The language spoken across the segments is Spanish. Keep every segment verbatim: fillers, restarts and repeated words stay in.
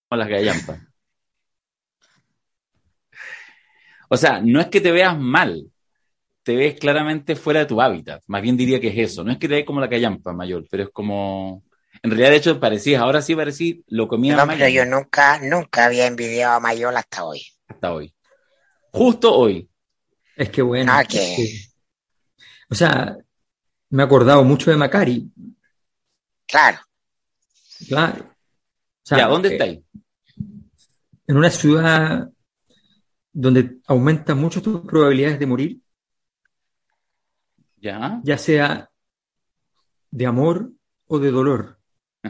Como las gallampas. O sea, no es que te veas mal, te ves claramente fuera de tu hábitat. Más bien diría que es eso. No es que te veas como la callampa mayor, pero es como... En realidad, de hecho, parecías, ahora sí parecí, lo comía No, pero yo Mayol nunca, nunca había envidiado a Mayol hasta hoy. hasta hoy. Justo hoy. Es que No, bueno, que, es que, o sea, me he acordado mucho de Macari, claro, claro. O Ya, sea, ¿dónde eh, estáis? en una ciudad donde aumentan mucho tus probabilidades de morir, Ya, ya sea de amor o de dolor.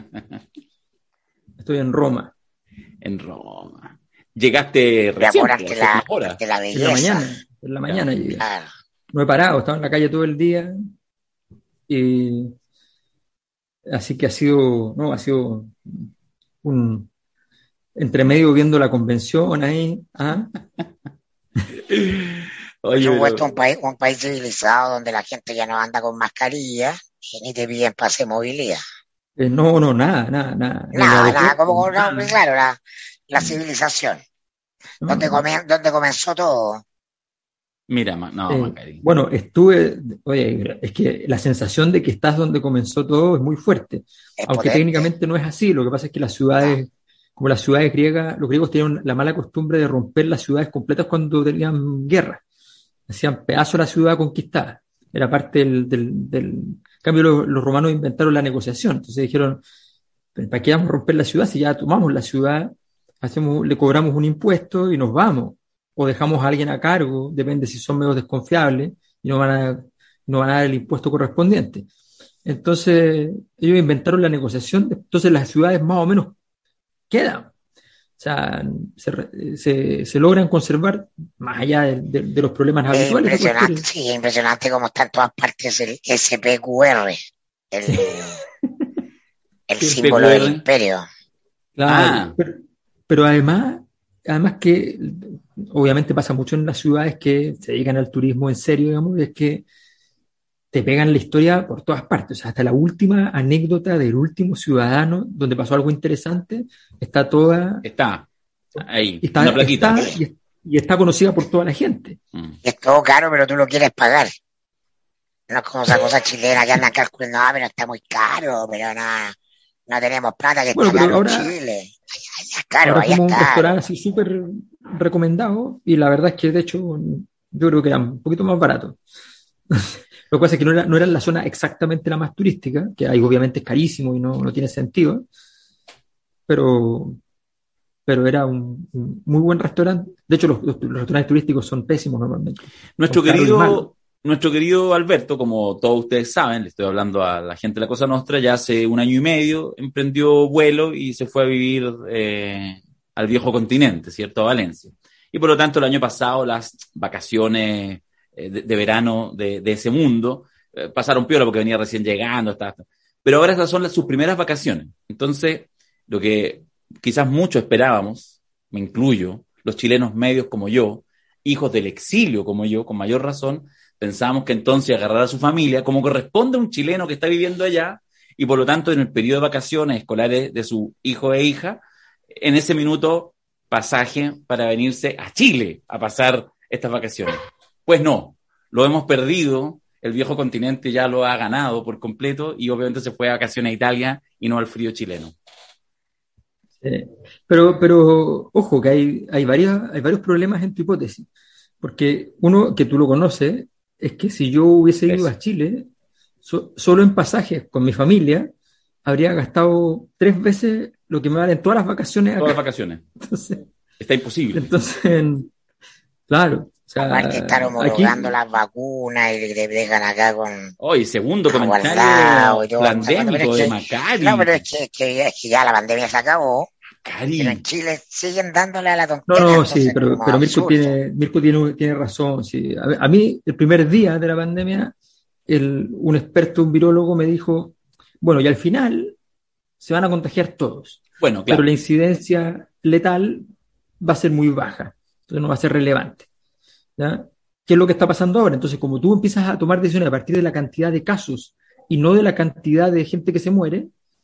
Estoy en Roma, en Roma. Llegaste de recién, amor pues, ante hace la, unas horas. ante la en la belleza, mañana, en la Ya. mañana llegué. claro. No he parado, estaba en la calle todo el día y así que ha sido, no, ha sido un entre medio viendo la convención ahí, ¿ah? Por Oye, supuesto, pero un país, un país civilizado donde la gente ya no anda con mascarilla y ni te piden pase de movilidad. Eh, no, no, nada, nada, nada, en el Nada, nada, aeropuerto, como, no, nada, claro, la, la no, civilización, no, donde, no. come- donde comenzó todo, mira, ma- no, Eh, Macari. bueno, estuve, oye, es que la sensación de que estás donde comenzó todo es muy fuerte, es aunque potente. técnicamente no es así, lo que pasa es que las No, ciudades, como las ciudades griegas, los griegos tenían la mala costumbre de romper las ciudades completas cuando tenían guerra, hacían pedazos la ciudad conquistada, era parte del, del, del... En cambio los, los romanos inventaron la negociación, entonces dijeron, ¿para qué vamos a romper la ciudad si ya tomamos la ciudad, hacemos, le cobramos un impuesto y nos vamos? O dejamos a alguien a cargo, depende si son medios desconfiables, y no van a, no van a dar el impuesto correspondiente. Entonces, ellos inventaron la negociación, entonces las ciudades más o menos quedan. O sea, se, se, se logran conservar más allá de, de, de los problemas es habituales de impresionante, cualquier... sí, es impresionante cómo está en todas partes el S P Q R, Sí, el, el sí, símbolo del P Q R. imperio. claro, Ah, pero, pero además, además que obviamente pasa mucho en las ciudades que se dedican al turismo en serio, digamos, es que te pegan la historia por todas partes. O sea, hasta la última anécdota del último ciudadano donde pasó algo interesante está toda, está ahí, está, una plaquita. está y, y está conocida por toda la gente. Mm. Es todo caro, pero tú lo quieres pagar. No es como esa cosa chilena que andan calculando, ah, pero está muy caro, pero no, no tenemos plata, que Bueno, está pero caro ahora, Chile. Allá es caro, ahora allá es fuimos a un caro. restaurante así súper recomendado y la verdad es que de hecho yo creo que era un poquito más barato. Lo que pasa es que no era, no era la zona exactamente la más turística, que ahí obviamente es carísimo y no, no tiene sentido, pero, pero era un, un muy buen restaurante. De hecho, los, los, los restaurantes turísticos son pésimos normalmente, son Nuestro caros y malos. querido, nuestro querido Alberto, como todos ustedes saben, le estoy hablando a la gente de la Cosa Nostra, ya hace un año y medio emprendió vuelo y se fue a vivir eh, al viejo continente, ¿cierto? A Valencia. Y por lo tanto, el año pasado las vacaciones eh, de, de verano de, de ese mundo eh, pasaron piola porque venía recién llegando, hasta, hasta. Pero ahora esas son las, sus primeras vacaciones. Entonces, lo que quizás muchos esperábamos, me incluyo, los chilenos medios como yo, hijos del exilio como yo, con mayor razón, pensábamos que entonces agarrar a su familia, como corresponde a un chileno que está viviendo allá, y por lo tanto en el periodo de vacaciones escolares de su hijo e hija, en ese minuto pasaje para venirse a Chile a pasar estas vacaciones. Pues no, lo hemos perdido, el viejo continente ya lo ha ganado por completo y obviamente se fue a vacaciones a Italia y no al frío chileno. Eh, pero, pero, ojo, que hay, hay, varias, hay varios problemas en tu hipótesis. Porque uno, que tú lo conoces, es que si yo hubiese ido Eso. a Chile, so- solo en pasajes con mi familia, habría gastado tres veces lo que me valen todas las vacaciones Todas las acá. vacaciones. Entonces, Está imposible. entonces claro, o Aparte sea, estar homologando aquí, las vacunas y que te dejan acá con Hoy, segundo aguardado y comentario toda esa cosa. Pero es pandémico de que, no, Macari. pero es que, es que, es que ya la pandemia se acabó, pero en Macari. Chile siguen dándole a la no, tontera, no, sí, entonces es pero, como pero Mirko absurdo. tiene, Mirko tiene, tiene razón. Sí. A, a mí, el primer día de la pandemia, el, un experto, un virólogo, me dijo, bueno, y al final se van a contagiar todos, Bueno, pero la claro. incidencia letal va a ser muy baja, entonces no va a ser relevante. ¿Ya? ¿Qué es lo que está pasando ahora? Entonces, como tú empiezas a tomar decisiones a partir de la cantidad de casos y no de la cantidad de gente que se muere,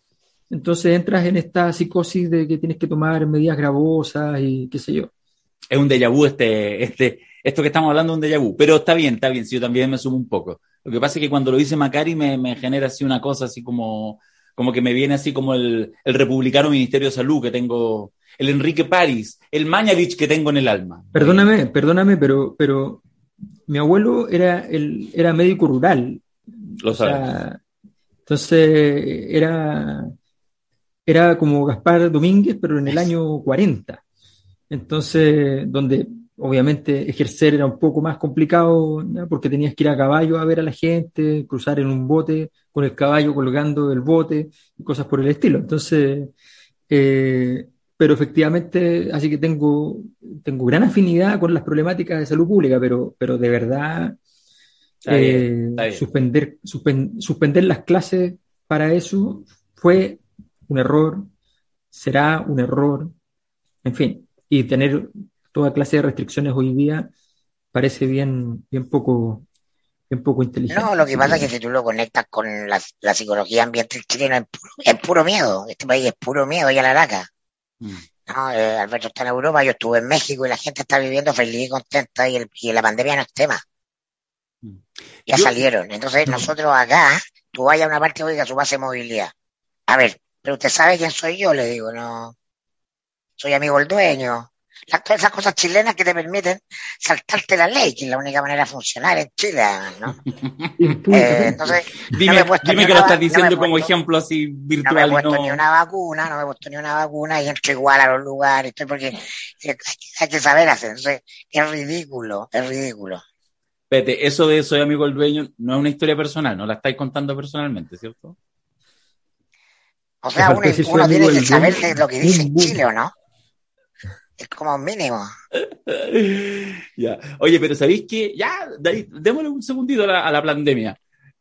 entonces entras en esta psicosis de que tienes que tomar medidas gravosas y qué sé yo. Es un déjà vu este, este, esto que estamos hablando es un déjà vu, pero está bien, está bien, si yo también me sumo un poco. Lo que pasa es que cuando lo dice Macari me, me genera así una cosa así como, como que me viene así como el, el republicano Ministerio de Salud que tengo, el Enrique París, el Mañalich que tengo en el alma. Perdóname, perdóname, pero, pero mi abuelo era, el, era médico rural. Lo O sabes. sea, entonces era, era como Gaspar Domínguez, pero en el año cuarenta. Entonces, donde obviamente ejercer era un poco más complicado, ¿no? Porque tenías que ir a caballo a ver a la gente, cruzar en un bote con el caballo colgando del bote y cosas por el estilo. Entonces, eh, pero efectivamente, así que tengo, tengo gran afinidad con las problemáticas de salud pública, pero, pero de verdad Está bien, eh, está bien. suspender, suspen- suspender las clases para eso fue un error, será un error, en fin, y tener toda clase de restricciones hoy día parece bien, bien poco, bien poco No, inteligente. lo que Así pasa es que que si tú lo conectas con la, la psicología ambiental chilena, es puro, es puro miedo. Este país es puro miedo y a la laca. Mm. No, eh, Alberto está en Europa, yo estuve en México y la gente está viviendo feliz y contenta y, el, y la pandemia no es tema. Mm. Ya Yo, salieron. Entonces no, nosotros acá, tú vayas a una parte, oiga, su base de movilidad. A ver, pero usted sabe quién soy yo, le digo, no, soy amigo del dueño. Las, todas esas cosas chilenas que te permiten saltarte la ley, que es la única manera de funcionar en Chile, ¿no? Eh, impúdicamente. entonces, no me he dime, puesto ni dime que lo una, estás va- no me he diciendo como puesto, ejemplo así no me he virtual y puesto ni no. una vacuna, no me he puesto ni una vacuna y entro igual a los lugares, estoy porque hay, hay que saber hacer. Entonces, es ridículo, es ridículo. Espérate, eso de soy amigo del dueño no es una historia personal, no la estáis contando personalmente, ¿cierto? O Te sea, faltó uno, decir soy uno amigo tiene que del dueño. saber de lo que dice Boom, en Chile, boom. ¿o no? Es como un mínimo. Ya. Oye, pero ¿sabéis qué? Ya, de ahí, démosle un segundito a la, a la pandemia.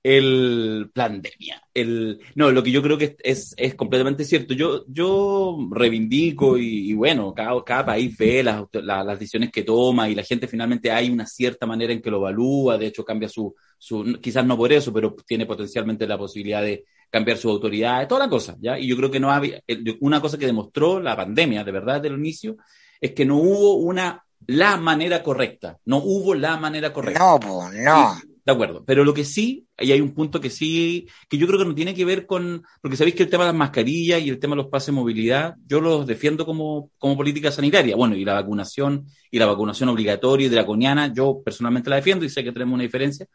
El pandemia. El, no, lo que yo creo que es, es completamente cierto. Yo, yo reivindico y, y bueno, cada, cada país ve las, la- las decisiones que toma y la gente finalmente hay una cierta manera en que lo evalúa. De hecho, cambia su, su, quizás no por eso, pero tiene potencialmente la posibilidad de cambiar sus autoridades, toda la cosa, ¿ya? Y yo creo que no había, una cosa que demostró la pandemia, de verdad, desde el inicio, es que no hubo una la manera correcta, no hubo la manera correcta. No, pues, Y, no. de acuerdo, pero lo que sí, ahí hay un punto que sí, que yo creo que no tiene que ver con, porque sabéis que el tema de las mascarillas y el tema de los pases de movilidad, yo los defiendo como, como política sanitaria, bueno, y la vacunación, y la vacunación obligatoria y draconiana, yo personalmente la defiendo y sé que tenemos una diferencia,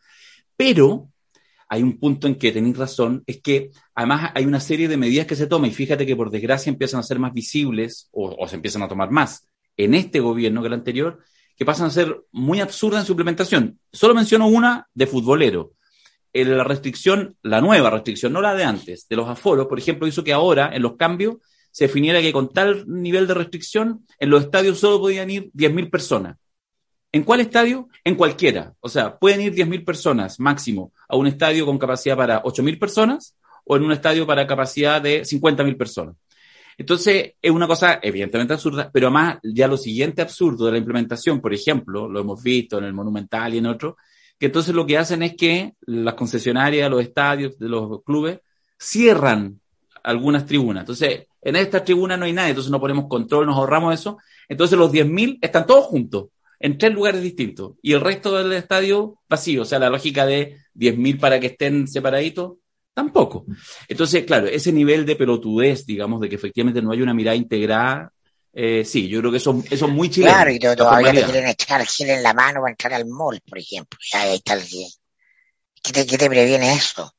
pero hay un punto en que tenéis razón, es que además hay una serie de medidas que se toman y fíjate que por desgracia empiezan a ser más visibles o, o se empiezan a tomar más en este gobierno que el anterior, que pasan a ser muy absurdas en su implementación. Solo menciono una de futbolero. El- La restricción, la nueva restricción, no la de antes, de los aforos, por ejemplo, hizo que ahora en los cambios se definiera que con tal nivel de restricción en los estadios solo podían ir diez mil personas. ¿En cuál estadio? En cualquiera. O sea, pueden ir diez mil personas máximo a un estadio con capacidad para ocho mil personas o en un estadio para capacidad de cincuenta mil personas. Entonces, es una cosa evidentemente absurda, pero además ya lo siguiente absurdo de la implementación, por ejemplo, lo hemos visto en el Monumental y en otros, que entonces lo que hacen es que las concesionarias, los estadios de los clubes cierran algunas tribunas. Entonces, en estas tribunas no hay nadie, entonces no ponemos control, nos ahorramos eso. Entonces, los diez mil están todos juntos en tres lugares distintos y el resto del estadio vacío. O sea, la lógica de diez mil para que estén separaditos, tampoco. Entonces, claro, ese nivel de pelotudez, digamos, de que efectivamente no hay una mirada integrada, eh, sí, yo creo que eso, eso es muy Claro, chileno, y to- la todavía te formalidad. quieren echar gel en la mano para entrar al mall, por ejemplo. Ya, ahí está el gel. ¿Qué te, qué te previene eso?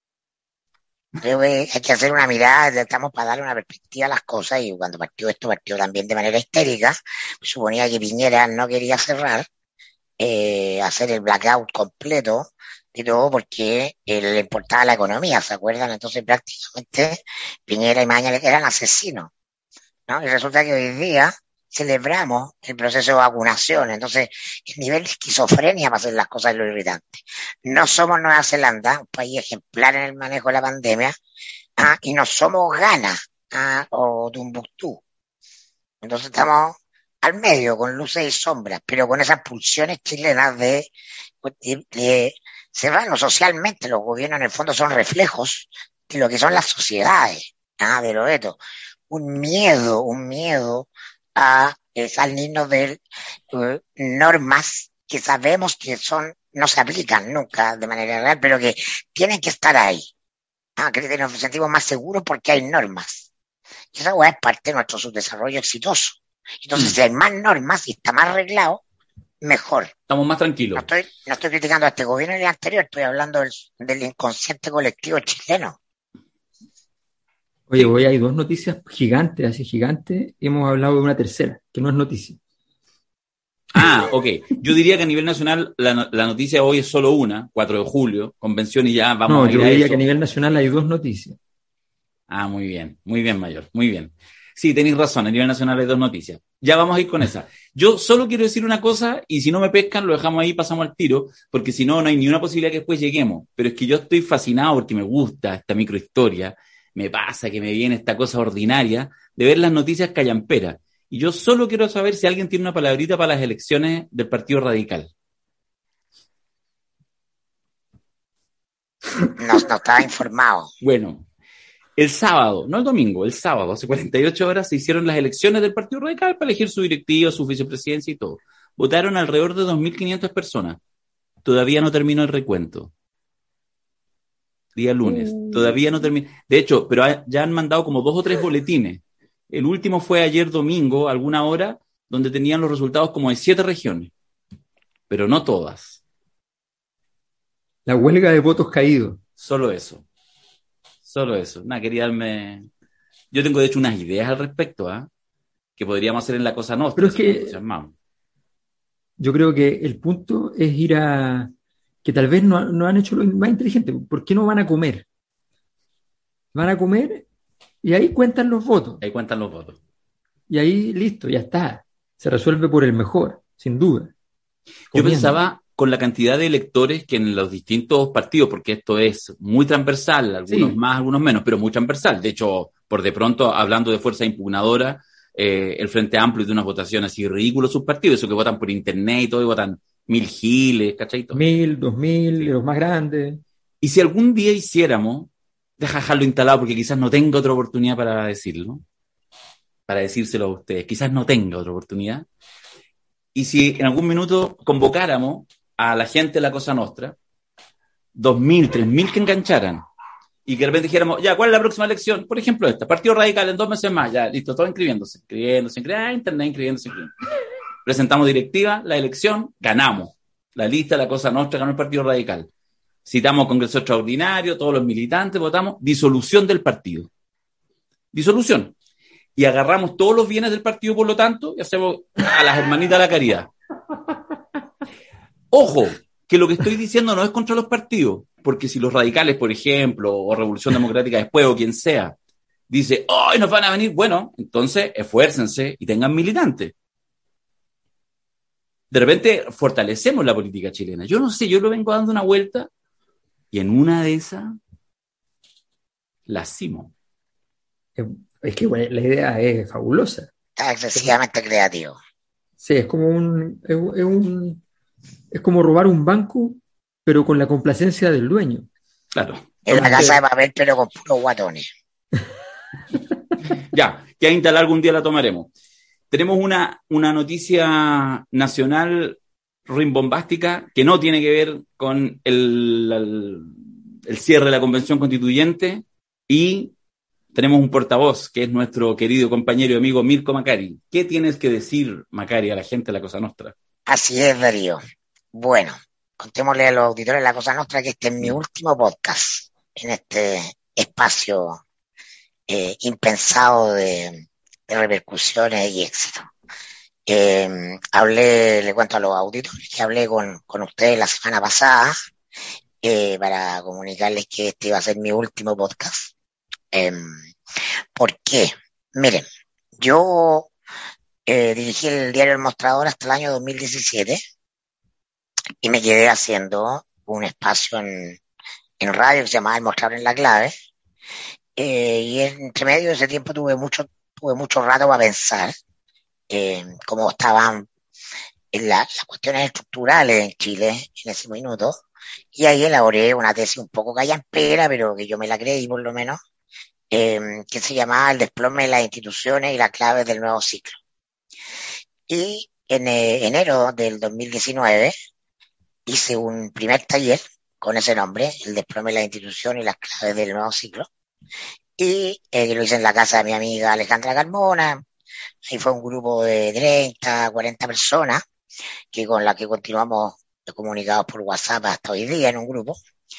Creo que hay que hacer una mirada, estamos para darle una perspectiva a las cosas y cuando partió esto, partió también de manera histérica. Pues suponía que Piñera no quería cerrar, eh, hacer el blackout completo y todo porque eh, le importaba la economía, ¿se acuerdan? Entonces prácticamente Piñera y Maña eran asesinos, ¿no? Y resulta que hoy día celebramos el proceso de vacunación, entonces el nivel de esquizofrenia para hacer las cosas es lo irritante. No somos Nueva Zelanda, un país ejemplar en el manejo de la pandemia, ah, y no somos Ghana, ah, o Tumbuctú. Entonces estamos al medio, con luces y sombras, pero con esas pulsiones chilenas de, de, de cerrarnos socialmente. Los gobiernos en el fondo son reflejos de lo que son las sociedades. ah, de Loreto, un miedo, un miedo a eh, salirnos de eh, normas que sabemos que son, no se aplican nunca de manera real, pero que tienen que estar ahí. Ah, que nos sentimos más seguros porque hay normas. Y esa weá es parte de nuestro subdesarrollo exitoso. Entonces, mm. si hay más normas y está más arreglado, mejor. Estamos más tranquilos. No estoy, no estoy criticando a este gobierno ni al anterior, estoy hablando del, del inconsciente colectivo chileno. Oye, hoy hay dos noticias gigantes, así gigantes, y hemos hablado de una tercera, que no es noticia. Ah, ok. Yo diría que a nivel nacional la, la noticia hoy es solo una, cuatro de julio, convención y ya vamos no, a ir yo a diría eso. que a nivel nacional hay dos noticias. Ah, muy bien, muy bien, Mayor, muy bien. Sí, tenéis razón, a nivel nacional hay dos noticias. Ya vamos a ir con esa. Yo solo quiero decir una cosa, y si no me pescan, lo dejamos ahí, pasamos al tiro, porque si no, no hay ni una posibilidad que después lleguemos. Pero es que yo estoy fascinado porque me gusta esta microhistoria, me pasa que me viene esta cosa ordinaria de ver las noticias callamperas. Y yo solo quiero saber si alguien tiene una palabrita para las elecciones del Partido Radical. No, no estaba informado. Bueno. El sábado, no el domingo, el sábado, hace cuarenta y ocho horas, se hicieron las elecciones del Partido Radical para elegir su directivo, su vicepresidencia y todo. Votaron alrededor de dos mil quinientas personas. Todavía no terminó el recuento. Día lunes. Uh. Todavía no terminó. De hecho, pero ha, ya han mandado como dos o tres boletines. El último fue ayer domingo, alguna hora, donde tenían los resultados como de siete regiones. Pero no todas. La huelga de votos caídos. Solo eso. Solo eso. Nada, quería darme... Yo tengo, de hecho, unas ideas al respecto, ¿ah? ¿eh? Que podríamos hacer en la Cosa Nostra. Pero es que yo creo que el punto es ir a... que tal vez no, no han hecho lo más inteligente. ¿Por qué no van a comer? Van a comer y ahí cuentan los votos. Ahí cuentan los votos. Y ahí, listo, ya está. Se resuelve por el mejor, sin duda. Comiendo. Yo pensaba... con la cantidad de electores que en los distintos partidos, porque esto es muy transversal, algunos sí. más, algunos menos, pero muy transversal. De hecho, por de pronto, hablando de fuerza impugnadora, eh, el Frente Amplio de unas votaciones así ridículas sus partidos, eso que votan por internet y todo, y votan mil giles, ¿cachai? Mil, dos mil, sí. Los más grandes. Y si algún día hiciéramos, deja dejarlo instalado porque quizás no tenga otra oportunidad para decirlo, para decírselo a ustedes, quizás no tenga otra oportunidad. Y si en algún minuto convocáramos a la gente de la Cosa Nostra, dos mil, tres mil que engancharan, y que de repente dijéramos, ya, ¿cuál es la próxima elección? Por ejemplo esta, Partido Radical en dos meses más, ya, listo, todos inscribiéndose, inscribiéndose, inscribiéndose, ah, internet, inscribiéndose, inscribiéndose. Presentamos directiva, la elección, ganamos. La lista de la Cosa Nostra ganó el Partido Radical. Citamos congreso extraordinario, todos los militantes votamos, disolución del partido. Disolución. Y agarramos todos los bienes del partido, por lo tanto, y hacemos a las hermanitas de la caridad. Ojo, que lo que estoy diciendo no es contra los partidos, porque si los radicales, por ejemplo, o Revolución Democrática después, o quien sea, dice, ¡ay, nos van a venir! Bueno, entonces esfuércense y tengan militantes. De repente fortalecemos la política chilena. Yo no sé, yo lo vengo dando una vuelta y en una de esas la cimo. Es que bueno, la idea es fabulosa. Está excesivamente creativo. Sí, es como un... Es, es un Es como robar un banco, pero con la complacencia del dueño. Claro. En la casa de papel, pero con puros guatones. Ya, que a instalar algún día la tomaremos. Tenemos una, una noticia nacional rimbombástica que no tiene que ver con el, el, el cierre de la Convención Constituyente y tenemos un portavoz que es nuestro querido compañero y amigo Mirko Macari. ¿Qué tienes que decir, Macari, a la gente de la Cosa Nostra? Así es, Darío. Bueno, contémosle a los auditores de la Cosa Nostra que este es mi último podcast en este espacio eh, impensado de, de repercusiones y éxito. Eh, hablé, le cuento a los auditores que hablé con, con ustedes la semana pasada eh, para comunicarles que este iba a ser mi último podcast. Eh, ¿Por qué? Miren, yo eh, dirigí el diario El Mostrador hasta el año dos mil diecisiete y me quedé haciendo un espacio en, en radio que se llamaba El Mostrador en la Clave, eh, y entre medio de ese tiempo tuve mucho, tuve mucho rato para pensar eh, cómo estaban en la, las cuestiones estructurales en Chile en ese minuto, y ahí elaboré una tesis un poco callampera, pero que yo me la creí por lo menos, eh, que se llamaba El desplome de las instituciones y las claves del nuevo ciclo. Y en eh, enero del dos mil diecinueve hice un primer taller con ese nombre, El desplome de las instituciones y las claves del nuevo ciclo, y eh, lo hice en la casa de mi amiga Alejandra Carmona. Ahí fue un grupo de treinta, cuarenta personas que con la que continuamos comunicados por WhatsApp hasta hoy día en un grupo.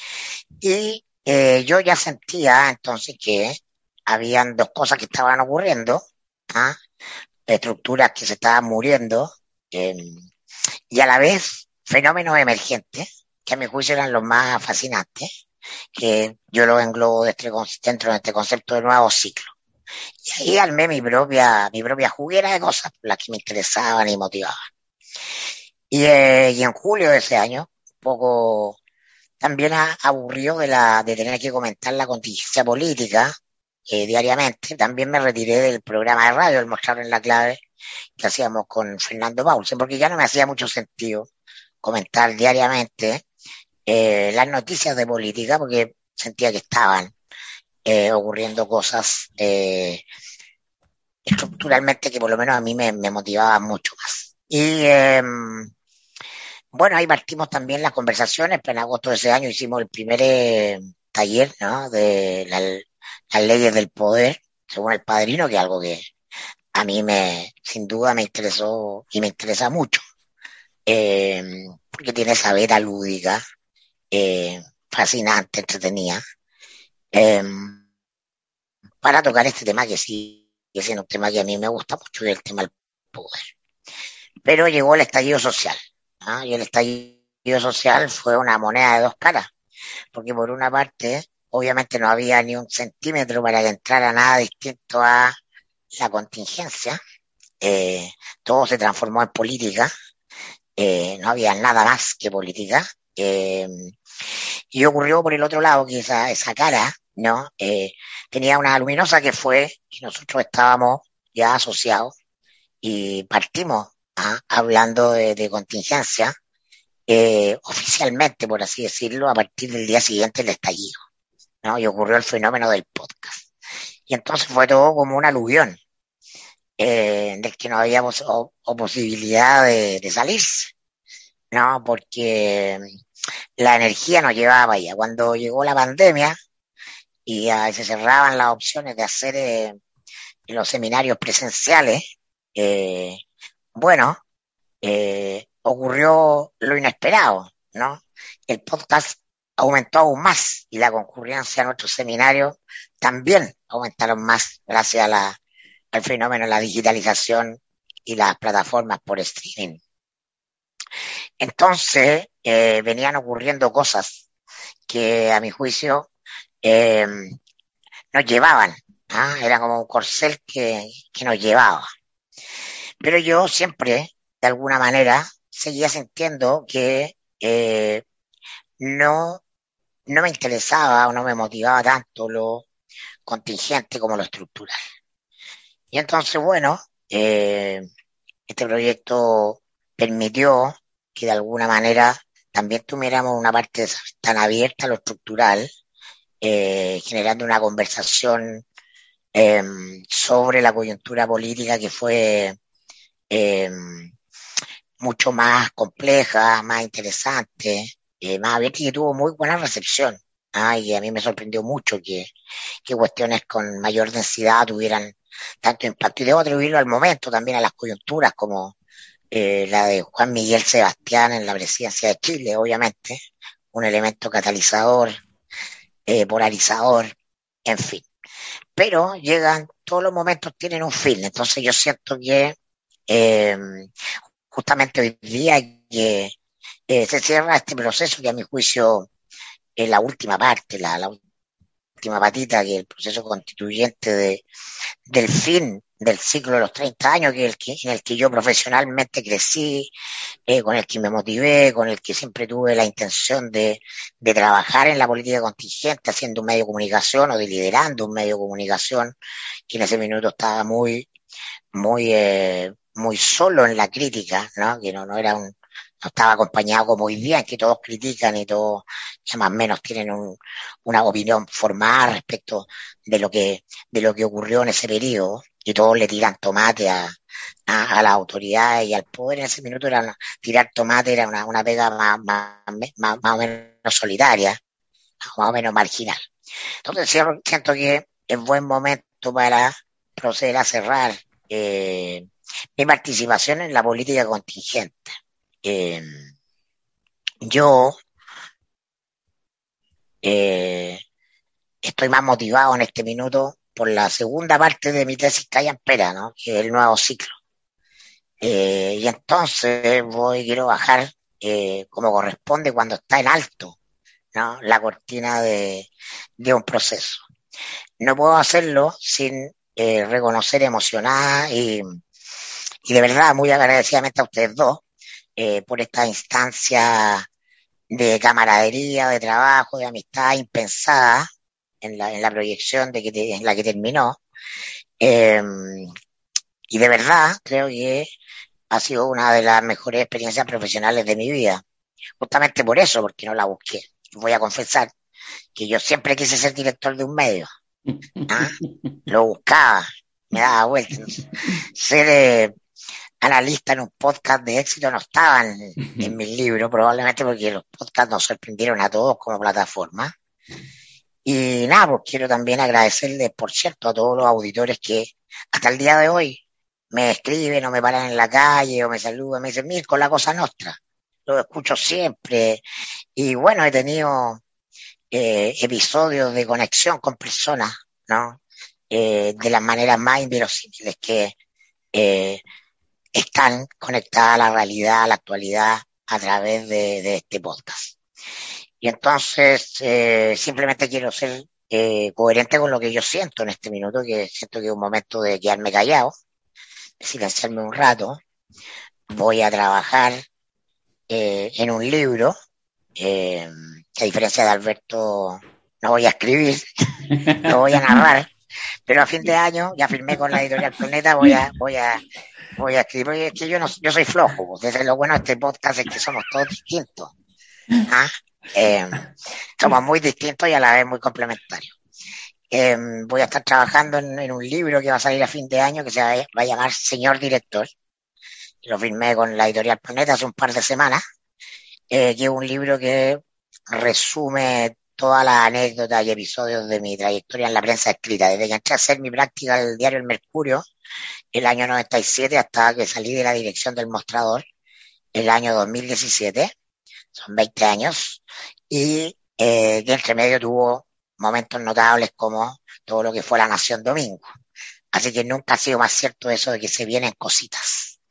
Y eh, yo ya sentía entonces que habían dos cosas que estaban ocurriendo, ¿ah? Estructuras que se estaban muriendo, eh, y a la vez fenómenos emergentes, que a mi juicio eran los más fascinantes, que yo los englobo dentro de este concepto de nuevo ciclo. Y ahí armé mi propia, mi propia juguera de cosas, las que me interesaban y motivaban. Y, eh, y en julio de ese año, un poco también aburrido de, la, de tener que comentar la contingencia política eh, diariamente, también me retiré del programa de radio, el Mostrar en la Clave, que hacíamos con Fernando Paulsen, porque ya no me hacía mucho sentido comentar diariamente eh, las noticias de política, porque sentía que estaban eh, ocurriendo cosas eh, estructuralmente que por lo menos a mí me, me motivaban mucho más. Y eh, bueno, ahí partimos también las conversaciones, pero en agosto de ese año hicimos el primer eh, taller, ¿no? De la, las leyes del poder, según el Padrino, que es algo que a mí me, sin duda me interesó y me interesa mucho, eh, porque tiene esa veta lúdica, eh, fascinante, entretenida, eh, para tocar este tema que sí, que es un tema que a mí me gusta mucho, que es el tema del poder. Pero llegó el estallido social, ¿no? Y el estallido social fue una moneda de dos caras, porque por una parte, obviamente no había ni un centímetro para que entrara nada distinto a la contingencia, eh, todo se transformó en política, eh, no había nada más que política, eh, y ocurrió por el otro lado que esa, esa cara, ¿no? Eh, tenía una luminosa que fue que nosotros estábamos ya asociados y partimos ¿ah? hablando de, de contingencia, eh, oficialmente, por así decirlo, a partir del día siguiente del estallido, ¿no? Y ocurrió el fenómeno del podcast. Y entonces fue todo como un aluvión, eh, del que no había pos o, o posibilidad de, de salirse, ¿no? Porque la energía nos llevaba allá. Cuando llegó la pandemia y uh, se cerraban las opciones de hacer eh, los seminarios presenciales, eh, bueno, eh, ocurrió lo inesperado, ¿no? El podcast aumentó aún más y la concurrencia a nuestros seminarios también aumentaron más gracias a la, al fenómeno de la digitalización y las plataformas por streaming. Entonces, eh, venían ocurriendo cosas que a mi juicio eh, nos llevaban, ¿ah? Era como un corcel que, que nos llevaba. Pero yo siempre, de alguna manera, seguía sintiendo que eh, no, no me interesaba o no me motivaba tanto lo contingente como lo estructural. Y entonces, bueno, eh, este proyecto permitió que de alguna manera también tuviéramos una parte tan abierta a lo estructural, eh, generando una conversación eh, sobre la coyuntura política que fue eh, mucho más compleja, más interesante, eh, más abierta y que tuvo muy buena recepción. ¿ah? Y a mí me sorprendió mucho que, que cuestiones con mayor densidad tuvieran tanto impacto. Y debo atribuirlo al momento, también a las coyunturas, como eh, la de Juan Miguel Sebastián en la presidencia de Chile, obviamente, un elemento catalizador, eh, polarizador, en fin. Pero llegan, todos los momentos tienen un fin, entonces yo siento que eh, justamente hoy día que eh, se cierra este proceso que a mi juicio es la última parte, la, la última patita, que es el proceso constituyente de, del fin del ciclo de los treinta años, que es el que, en el que yo profesionalmente crecí, eh, con el que me motivé, con el que siempre tuve la intención de, de trabajar en la política contingente, haciendo un medio de comunicación o de liderando un medio de comunicación, que en ese minuto estaba muy, muy, eh, muy solo en la crítica, ¿no? Que no, no era un, no estaba acompañado como hoy día, en que todos critican y todos, ya más o menos, tienen un, una opinión formada respecto de lo que, de lo que ocurrió en ese periodo, y todos le tiran tomate a, a, a las autoridades y al poder. En ese minuto era una, tirar tomate era una, una pega más, más, más, más o menos solitaria, más o menos marginal. Entonces siento que es buen momento para proceder a cerrar eh, mi participación en la política contingente. Eh, yo eh, estoy más motivado en este minuto por la segunda parte de mi tesis que hay en Pera, ¿no? Que es el nuevo ciclo. Eh, y entonces voy, quiero bajar eh, como corresponde cuando está en alto, ¿no? La cortina de, de un proceso. No puedo hacerlo sin eh, reconocer emocionada y, y de verdad muy agradecidamente a ustedes dos eh, por esta instancia de camaradería, de trabajo, de amistad impensada en la, en la proyección de que te, en la que terminó. Eh, y de verdad creo que ha sido una de las mejores experiencias profesionales de mi vida. Justamente por eso, porque no la busqué. Voy a confesar que yo siempre quise ser director de un medio. ¿Ah? Lo buscaba, me daba vueltas. Ser eh, analista en un podcast de éxito no estaba en, en mis libros, probablemente porque los podcasts nos sorprendieron a todos como plataforma. Y nada, pues quiero también agradecerles, por cierto, a todos los auditores que hasta el día de hoy me escriben o me paran en la calle o me saludan, me dicen, Mirko, la cosa nostra. Lo escucho siempre. Y bueno, he tenido eh, episodios de conexión con personas, ¿no? Eh, de las maneras más inverosímiles que eh, están conectadas a la realidad, a la actualidad, a través de, de este podcast. Y entonces, eh, simplemente quiero ser eh, coherente con lo que yo siento en este minuto, que siento que es un momento de quedarme callado, de silenciarme un rato. Voy a trabajar eh, en un libro, eh, que a diferencia de Alberto, no voy a escribir, no voy a narrar, pero a fin de año, ya firmé con la editorial Planeta, voy a, voy a, voy a escribir, porque es que yo no, yo soy flojo, pues. Desde lo bueno de este podcast es que somos todos distintos. ¿Ah? Eh, somos muy distintos y a la vez muy complementarios. Eh, voy a estar trabajando en, en un libro que va a salir a fin de año que se va, va a llamar Señor Director. Lo firmé con la editorial Planeta hace un par de semanas, eh, que es un libro que resume todas las anécdotas y episodios de mi trayectoria en la prensa escrita, desde que entré a hacer mi práctica del diario El Mercurio el año noventa y siete hasta que salí de la dirección del Mostrador el año dos mil diecisiete. Son veinte años, y eh, que entre medio tuvo momentos notables como todo lo que fue La Nación Domingo. Así que nunca ha sido más cierto eso de que se vienen cositas.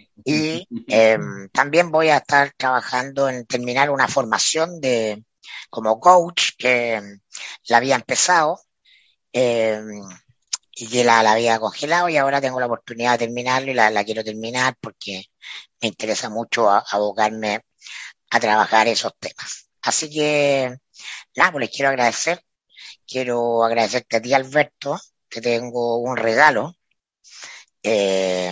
Y eh, también voy a estar trabajando en terminar una formación de como coach que la había empezado eh, y que la, la había congelado, y ahora tengo la oportunidad de terminarlo y la, la quiero terminar porque me interesa mucho a, abocarme a trabajar esos temas. Así que, nada, pues les quiero agradecer. Quiero agradecerte a ti, Alberto, que tengo un regalo. Eh,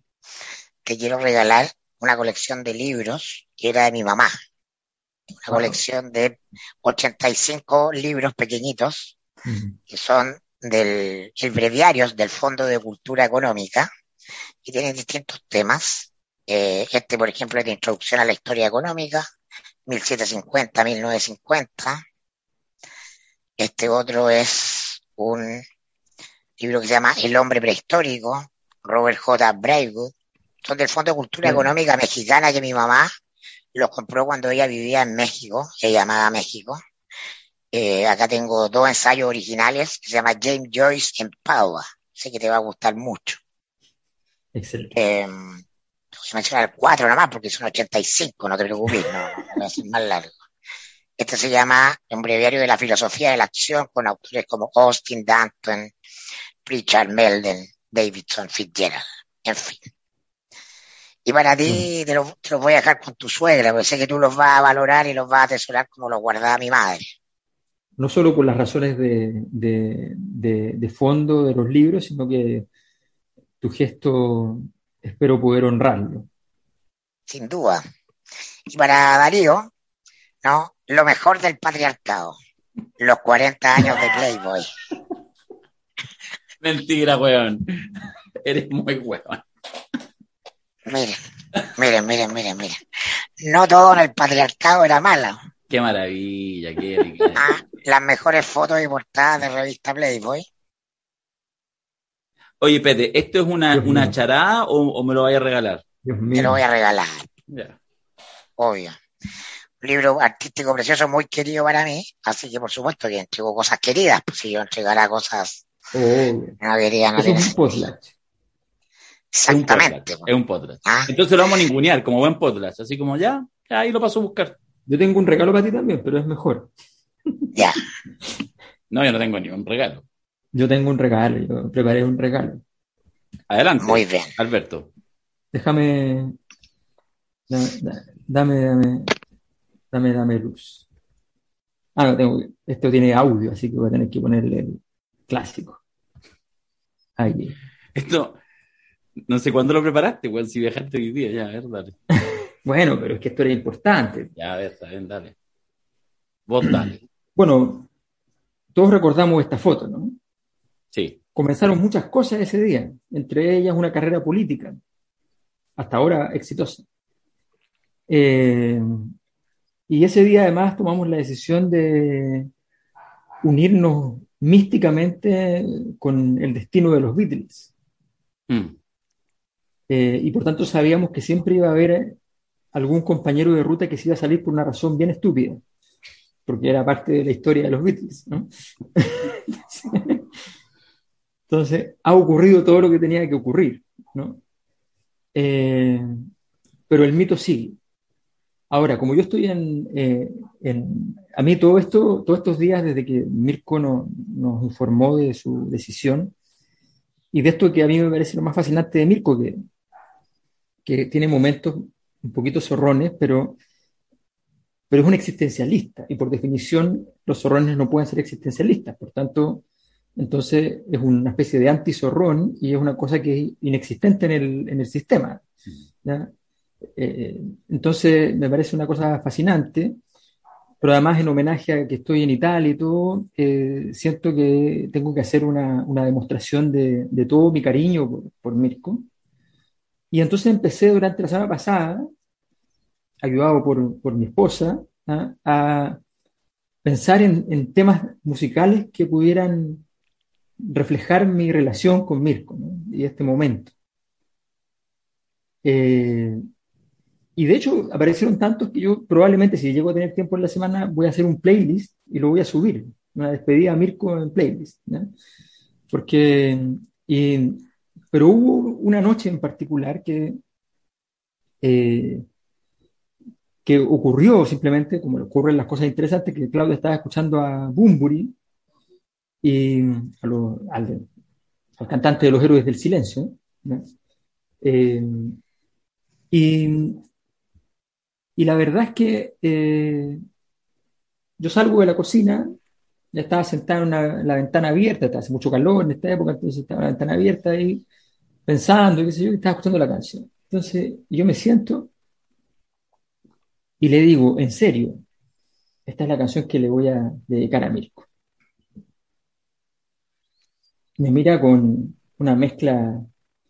te quiero regalar una colección de libros que era de mi mamá. Una wow. colección de ochenta y cinco libros pequeñitos, uh-huh. que son del el breviarios del Fondo de Cultura Económica, y tienen distintos temas. Eh, este, por ejemplo, es de Introducción a la Historia Económica, mil setecientos cincuenta a mil novecientos cincuenta. Este otro es un libro que se llama El Hombre Prehistórico, Robert J. Braidwood. Son del Fondo de Cultura sí. Económica Mexicana, que mi mamá los compró cuando ella vivía en México, ella amaba México. Eh, acá tengo dos ensayos originales que se llama James Joyce en Padua. Sé que te va a gustar mucho. Excelente. Eh, voy a mencionar cuatro nomás porque son ochenta y cinco, no te preocupes, no, no voy a ser más largo. Este se llama Un breviario de la filosofía de la acción, con autores como Austin Danton, Pritchard Melden, Davidson Fitzgerald, en fin. Y para ti, te los te lo voy a dejar con tu suegra, porque sé que tú los vas a valorar y los vas a atesorar como los guardaba mi madre. No solo por las razones de, de, de, de fondo de los libros, sino que tu gesto espero poder honrarlo. Sin duda, Y para Darío, ¿no? Lo mejor del patriarcado. Los cuarenta años de Playboy. Mentira, weón. Eres muy weón. Miren, miren, miren, miren, miren. No todo en el patriarcado era malo. Qué maravilla, qué, qué... Ah, las mejores fotos y portadas de revista Playboy. Oye, Pete, ¿esto es una, Dios una mío, charada o, o me lo vaya a regalar? Dios Te lo voy mío. a regalar, Ya. obvio. Un libro artístico precioso, muy querido para mí. Así que por supuesto que entrego cosas queridas. Pues si yo entregara cosas Oh, no queridas, no eso tiene es un sentido. potlatch. Es un podcast, Exactamente. Pues. es un podcast. Ah, Entonces lo vamos a ningunear como buen podcast, así como ya, ya ahí lo paso a buscar. Yo tengo un regalo para ti también, pero es mejor. ya. No, yo no tengo ni un regalo. Yo tengo un regalo, yo preparé un regalo. Muy Adelante, bien. Alberto. Déjame, dame, dame, dame, dame, dame luz. Ah, no, tengo, que- esto tiene audio, así que voy a tener que ponerle el clásico. Ahí. Esto, no sé cuándo lo preparaste, weón, si viajaste hoy día, ya, a ver, dale. Bueno, pero es que esto era importante. Ya, a ver, está bien, dale. Vos dale. Bueno, todos recordamos esta foto, ¿no? Sí. Comenzaron muchas cosas ese día, entre ellas una carrera política, hasta ahora exitosa. Eh, y ese día además tomamos la decisión de unirnos místicamente con el destino de los Beatles. Mm. Eh, y por tanto sabíamos que siempre iba a haber algún compañero de ruta que se iba a salir por una razón bien estúpida, porque era parte de la historia de los Beatles, ¿no? Entonces, ha ocurrido todo lo que tenía que ocurrir, ¿no? Eh, pero el mito sigue. Ahora, como yo estoy en, eh, en, a mí todo esto, todos estos días desde que Mirko no, nos informó de su decisión y de esto que a mí me parece lo más fascinante de Mirko, que, que tiene momentos un poquito zorrones, pero, pero es un existencialista y por definición los zorrones no pueden ser existencialistas, por tanto, entonces es una especie de anti-zorrón y es una cosa que es inexistente en el, en el sistema, ¿ya? Eh, entonces me parece una cosa fascinante, pero además en homenaje a que estoy en Italia y todo, eh, siento que tengo que hacer una, una demostración de, de todo mi cariño por, por Mirko. Y entonces empecé durante la semana pasada, ayudado por, por mi esposa, ¿ah? A pensar en, en temas musicales que pudieran reflejar mi relación con Mirko, ¿no? Y este momento. Eh, y de hecho aparecieron tantos que yo probablemente si llego a tener tiempo en la semana voy a hacer un playlist y lo voy a subir, una despedida a Mirko en playlist, ¿no? Porque, y, pero hubo una noche en particular que, eh, que ocurrió simplemente, como le ocurren las cosas interesantes, que Claudia estaba escuchando a Bunbury y a lo- al, al cantante de los Héroes del Silencio, ¿no? Eh, y, y la verdad es que eh, yo salgo de la cocina, ya estaba sentado en una- la ventana abierta, estaba hace mucho calor en esta época, entonces estaba la ventana abierta ahí pensando, qué sé yo, y estaba escuchando la canción. Entonces yo me siento y le digo, en serio, esta es la canción que le voy a dedicar a Mirko. Me mira con una mezcla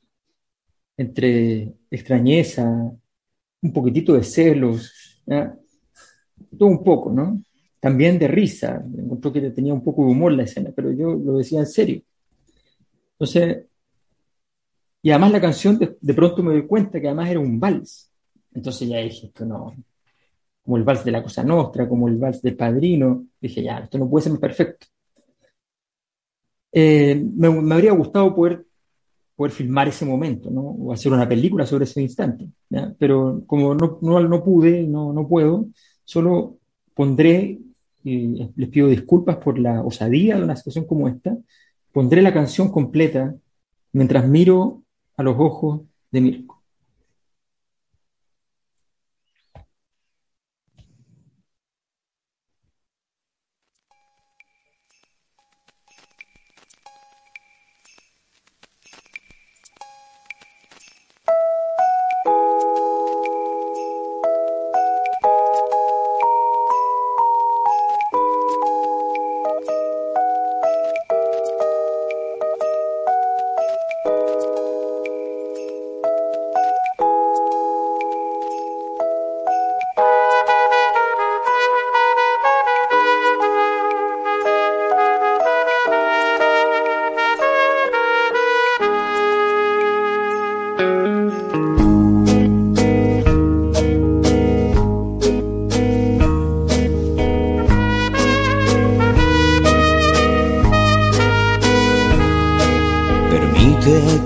entre extrañeza, un poquitito de celos, ¿ya? Todo un poco, ¿no? También de risa, encontró que tenía un poco de humor la escena, pero yo lo decía en serio. Entonces, y además la canción de, de pronto me doy cuenta que además era un vals. Entonces ya dije, esto no, como el vals de la Cosa Nostra, como el vals del Padrino, dije, ya, esto no puede ser más perfecto. Eh, me, me habría gustado poder poder filmar ese momento, ¿no? O hacer una película sobre ese instante, ¿ya? Pero como no, no, no pude, no, no puedo, solo pondré, y les pido disculpas por la osadía de una situación como esta, pondré la canción completa mientras miro a los ojos de Mirko.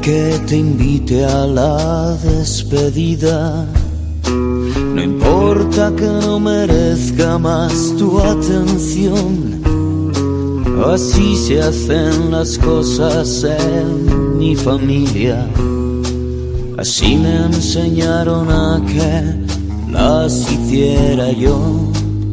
que te invite a la despedida. No importa que no merezca más tu atención. Así se hacen las cosas en mi familia. Así me enseñaron a que las hiciera yo.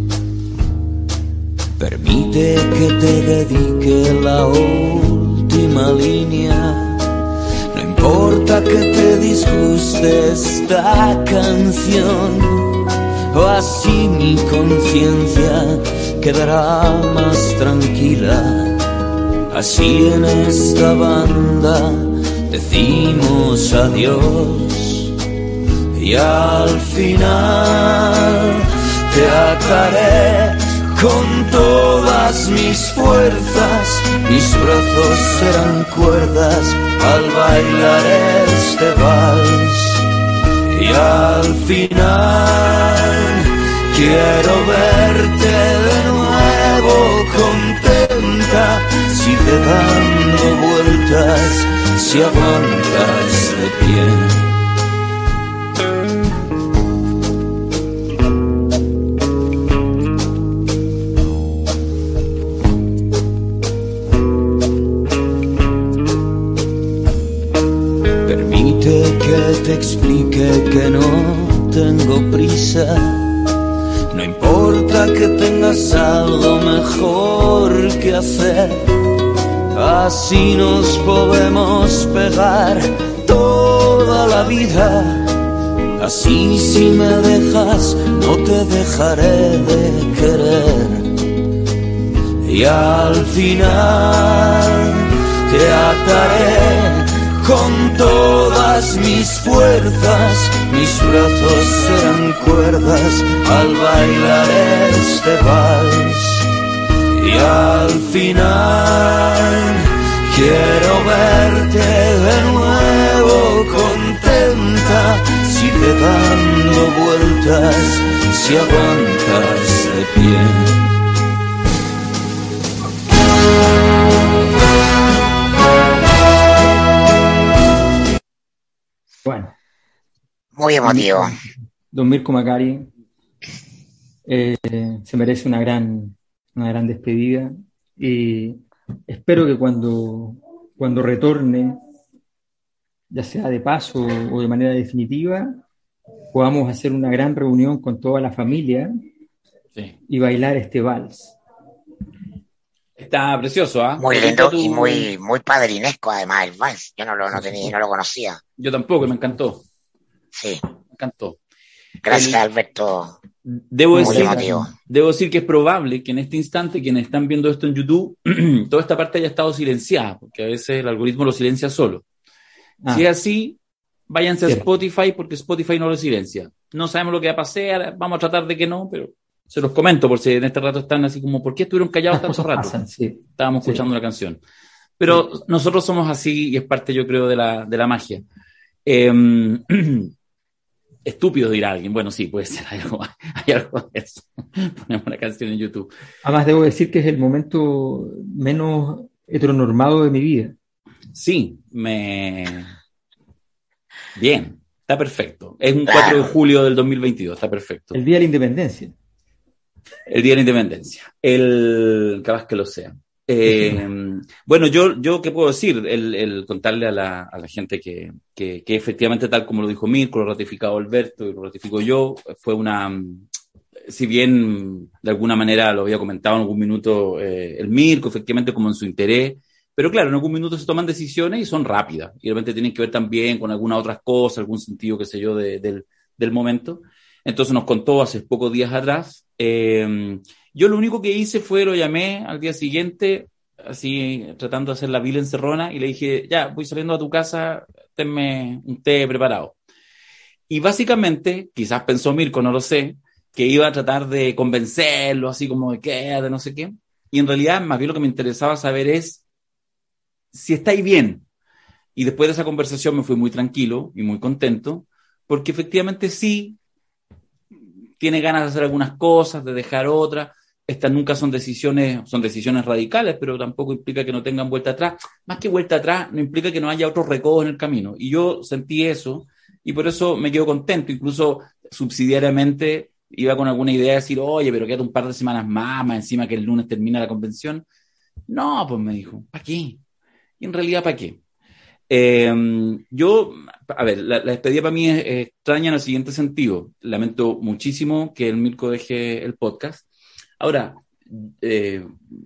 Permite que te dedique la última línea. No importa que te disguste esta canción, o así mi conciencia quedará más tranquila. Así en esta banda decimos adiós y al final te ataré con todas mis fuerzas, mis brazos serán cuerdas al bailar este vals. Y al final quiero verte de nuevo contenta, sigue dando vueltas si aguantas de pie. Que te explique que no tengo prisa. No importa que tengas algo mejor que hacer. Así nos podemos pegar toda la vida. Así si me dejas no te dejaré de querer. Y al final te ataré con todas mis fuerzas, mis brazos serán cuerdas al bailar este vals. Y al final quiero verte de nuevo contenta, sigue dando vueltas si aguantas de pie. Bueno, muy emotivo. Don Mirko Macari eh, se merece una gran, una gran despedida y espero que cuando, cuando retorne, ya sea de paso o de manera definitiva, podamos hacer una gran reunión con toda la familia sí. y bailar este vals. Está precioso, ¿ah? ¿eh? Muy lindo y muy, muy padrinesco además el vals. Yo no lo, no tenía, no lo conocía. Yo tampoco, me encantó. Sí. Me encantó. Gracias, el, Alberto. Debo decir, debo decir que es probable que en este instante quienes están viendo esto en YouTube, toda esta parte haya estado silenciada, porque a veces el algoritmo lo silencia solo. Ah. Si es así, váyanse sí. a Spotify, porque Spotify no lo silencia. No sabemos lo que va a pasar, vamos a tratar de que no, pero se los comento por si en este rato están así como, ¿por qué estuvieron callados tanto rato? Pasan, sí. Estábamos sí. escuchando una canción. Pero sí. nosotros somos así y es parte, yo creo, de la, de la magia. Eh, estúpido dirá alguien. Bueno, sí, puede ser algo, hay algo de eso. Ponemos una canción en YouTube. Además, debo decir que es el momento menos heteronormado de mi vida. Sí, me... Bien, está perfecto. Es un cuatro de julio del dos mil veintidós, está perfecto. El Día de la Independencia. El Día de la Independencia. El... Capaz que lo sea. Eh, bueno, yo, yo, ¿qué puedo decir? El, el contarle a la, a la gente que, que, que efectivamente, tal como lo dijo Mirko, lo ratificado Alberto y lo ratifico yo, fue una, si bien de alguna manera lo había comentado en algún minuto eh, el Mirko, efectivamente como en su interés, pero claro, en algún minuto se toman decisiones y son rápidas, y de repente tienen que ver también con algunas otras cosas, algún sentido, qué sé yo, de, del, del momento. Entonces nos contó hace pocos días atrás. Eh, yo lo único que hice fue, lo llamé al día siguiente, así tratando de hacer la vil encerrona, y le dije, ya, voy saliendo a tu casa, tenme un té preparado. Y básicamente, quizás pensó Mirko, no lo sé, que iba a tratar de convencerlo, así como de quédate, no sé qué. Y en realidad, más bien lo que me interesaba saber es si estáis bien. Y después de esa conversación me fui muy tranquilo y muy contento, porque efectivamente sí, tiene ganas de hacer algunas cosas, de dejar otras, estas nunca son decisiones, son decisiones radicales, pero tampoco implica que no tengan vuelta atrás. Más que vuelta atrás, no implica que no haya otros recodos en el camino. Y yo sentí eso, y por eso me quedo contento. Incluso subsidiariamente iba con alguna idea de decir, oye, pero quédate un par de semanas más, más encima que el lunes termina la convención. No, pues me dijo, ¿para qué? Y en realidad, ¿para qué? Eh, yo, a ver, la, la despedida para mí es, es extraña en el siguiente sentido. Lamento muchísimo que el Mirko deje el podcast. Ahora, eh,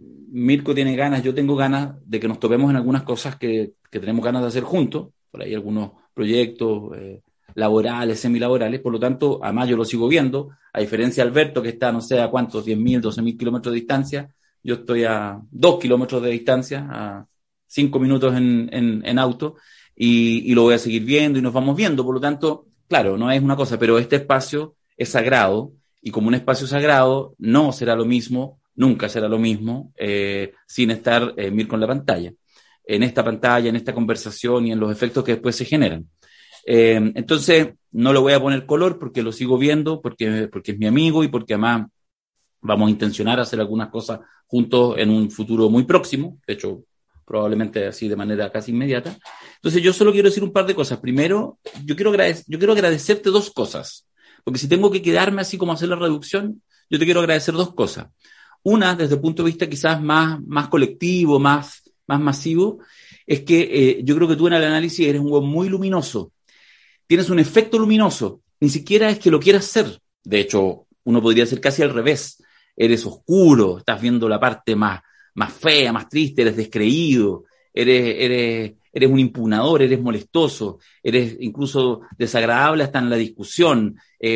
Mirko tiene ganas, yo tengo ganas de que nos topemos en algunas cosas que, que tenemos ganas de hacer juntos, por ahí algunos proyectos eh, laborales, semilaborales, por lo tanto, además yo lo sigo viendo, a diferencia de Alberto, que está, no sé a cuántos, diez mil, doce mil kilómetros de distancia, yo estoy a dos kilómetros de distancia, a cinco minutos en, en, en auto, y, y lo voy a seguir viendo y nos vamos viendo, por lo tanto, claro, no es una cosa, pero este espacio es sagrado, y como un espacio sagrado, no será lo mismo, nunca será lo mismo, eh, sin estar eh, Mirko en la pantalla, en esta pantalla, en esta conversación y en los efectos que después se generan. Eh, entonces, no le voy a poner color porque lo sigo viendo, porque, porque es mi amigo y porque además vamos a intencionar hacer algunas cosas juntos en un futuro muy próximo, de hecho, probablemente así de manera casi inmediata. Entonces, yo solo quiero decir un par de cosas. Primero, yo quiero, agradec- yo quiero agradecerte dos cosas. Porque si tengo que quedarme así como hacer la reducción, yo te quiero agradecer dos cosas. Una, desde el punto de vista quizás más, más colectivo, más, más masivo, es que eh, yo creo que tú en el análisis eres un hueón muy luminoso. Tienes un efecto luminoso. Ni siquiera es que lo quieras ser. De hecho, uno podría ser casi al revés. Eres oscuro, estás viendo la parte más, más fea, más triste, eres descreído, eres... eres eres un impugnador, eres molestoso, eres incluso desagradable hasta en la discusión. Eh,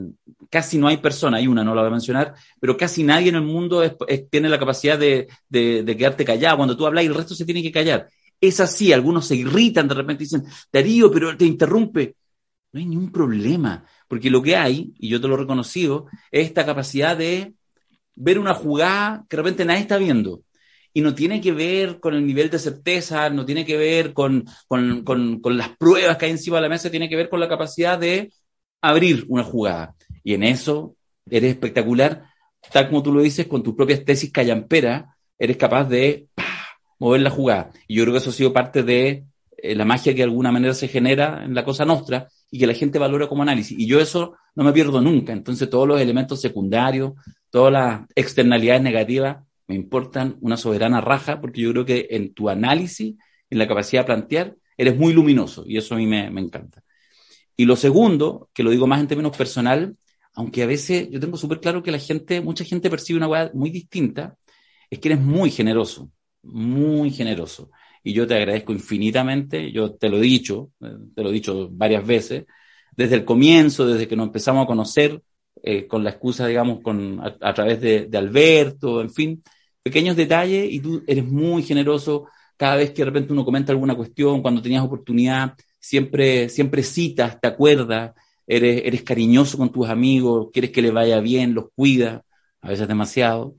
casi no hay persona, hay una, no la voy a mencionar, pero casi nadie en el mundo es, es, tiene la capacidad de, de, de quedarte callado. Cuando tú hablas y el resto se tiene que callar. Es así, algunos se irritan de repente y dicen, Darío, pero te interrumpe. No hay ningún problema, porque lo que hay, y yo te lo he reconocido, es esta capacidad de ver una jugada que de repente nadie está viendo. Y no tiene que ver con el nivel de certeza, no tiene que ver con, con, con, con las pruebas que hay encima de la mesa, tiene que ver con la capacidad de abrir una jugada. Y en eso eres espectacular, tal como tú lo dices, con tus propias tesis callamperas, eres capaz de ¡pah!, mover la jugada. Y yo creo que eso ha sido parte de eh, la magia que de alguna manera se genera en la Cosa Nostra y que la gente valora como análisis. Y yo eso no me pierdo nunca. Entonces todos los elementos secundarios, todas las externalidades negativas, me importan una soberana raja, porque yo creo que en tu análisis, en la capacidad de plantear, eres muy luminoso, y eso a mí me, me encanta. Y lo segundo, que lo digo más en términos personal, aunque a veces yo tengo súper claro que la gente, mucha gente percibe una hueá muy distinta, es que eres muy generoso, muy generoso. Y yo te agradezco infinitamente, yo te lo he dicho, te lo he dicho varias veces, desde el comienzo, desde que nos empezamos a conocer, eh, con la excusa, digamos, con, a, a través de, de Alberto, en fin, pequeños detalles, y tú eres muy generoso cada vez que de repente uno comenta alguna cuestión, cuando tenías oportunidad, siempre, siempre citas, te acuerdas, eres, eres cariñoso con tus amigos, quieres que les vaya bien, los cuidas, a veces demasiado.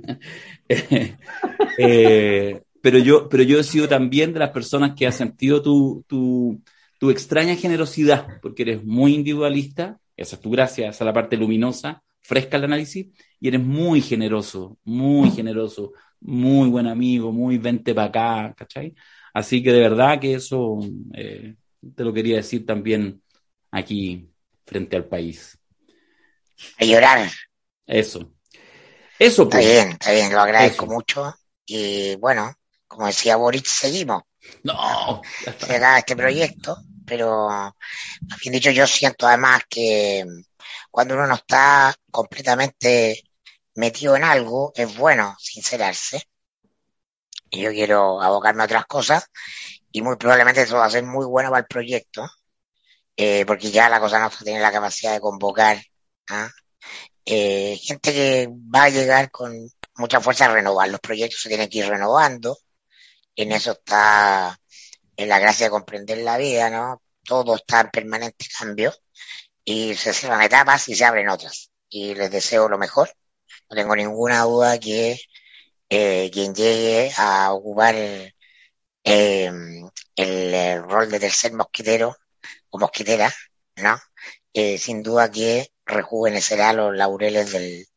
eh, pero, yo, pero yo he sido también de las personas que ha sentido tu, tu, tu extraña generosidad, porque eres muy individualista, esa es tu gracia, esa es la parte luminosa, fresca el análisis, y eres muy generoso, muy generoso, muy buen amigo, muy vente para acá, ¿cachai? Así que de verdad que eso eh, te lo quería decir también aquí frente al país. A llorar. Eso. Eso, Está pues. bien, está bien, lo agradezco Eso. mucho. Y bueno, como decía Boric, seguimos. No, ya está. Se acaba este proyecto, pero, a fin dicho, yo siento además que cuando uno no está completamente metido en algo, es bueno sincerarse. Y yo quiero abocarme a otras cosas, y muy probablemente eso va a ser muy bueno para el proyecto, eh, porque ya la Cosa Nostra tiene la capacidad de convocar a eh, gente que va a llegar con mucha fuerza a renovar. Los proyectos se tienen que ir renovando, en eso está en la gracia de comprender la vida, ¿no? Todo está en permanente cambio, y se cierran etapas y se abren otras. Y les deseo lo mejor. No tengo ninguna duda que eh, quien llegue a ocupar el, eh, el, el rol de tercer mosquitero o mosquitera, ¿no? Eh, sin duda que rejuvenecerá los laureles del,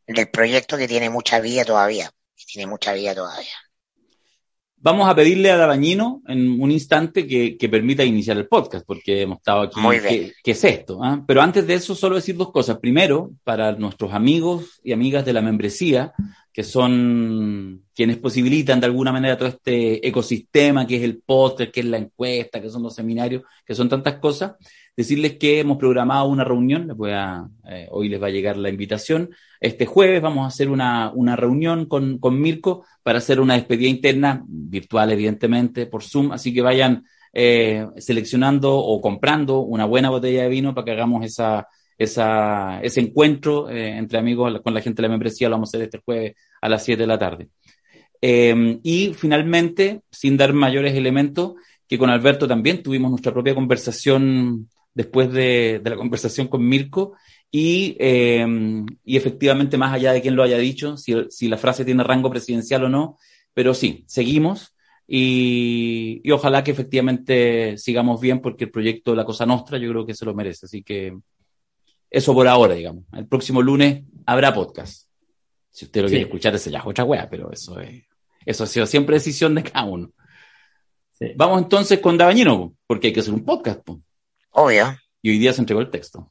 del proyecto que tiene mucha vida todavía, que tiene mucha vida todavía. Vamos a pedirle a Dabañino en un instante que, que permita iniciar el podcast, porque hemos estado aquí. Muy bien. ¿Qué, qué es esto? ¿eh? Pero antes de eso, solo decir dos cosas. Primero, para nuestros amigos y amigas de la membresía, que son quienes posibilitan de alguna manera todo este ecosistema que es el podcast, que es la encuesta, que son los seminarios, que son tantas cosas, decirles que hemos programado una reunión. Les voy a, eh, hoy les va a llegar la invitación. Este jueves vamos a hacer una, una reunión con, con Mirko para hacer una despedida interna, virtual evidentemente, por Zoom, así que vayan eh, seleccionando o comprando una buena botella de vino para que hagamos esa, esa, ese encuentro eh, entre amigos con la gente de la membresía. Lo vamos a hacer este jueves a las siete de la tarde. Eh, y finalmente, sin dar mayores elementos, que con Alberto también tuvimos nuestra propia conversación después de, de la conversación con Mirko, y, eh, y efectivamente, más allá de quién lo haya dicho, si, si la frase tiene rango presidencial o no, pero sí, seguimos, y, y ojalá que efectivamente sigamos bien, porque el proyecto de La Cosa Nostra yo creo que se lo merece, así que eso por ahora, digamos. El próximo lunes habrá podcast. Si usted lo sí. quiere escuchar, ese ya es otra wea, pero eso es, eso ha sido siempre decisión de cada uno. Sí. Vamos entonces con Dabañino, porque hay que hacer un podcast. Po. Obvio. Y hoy día se entregó el texto.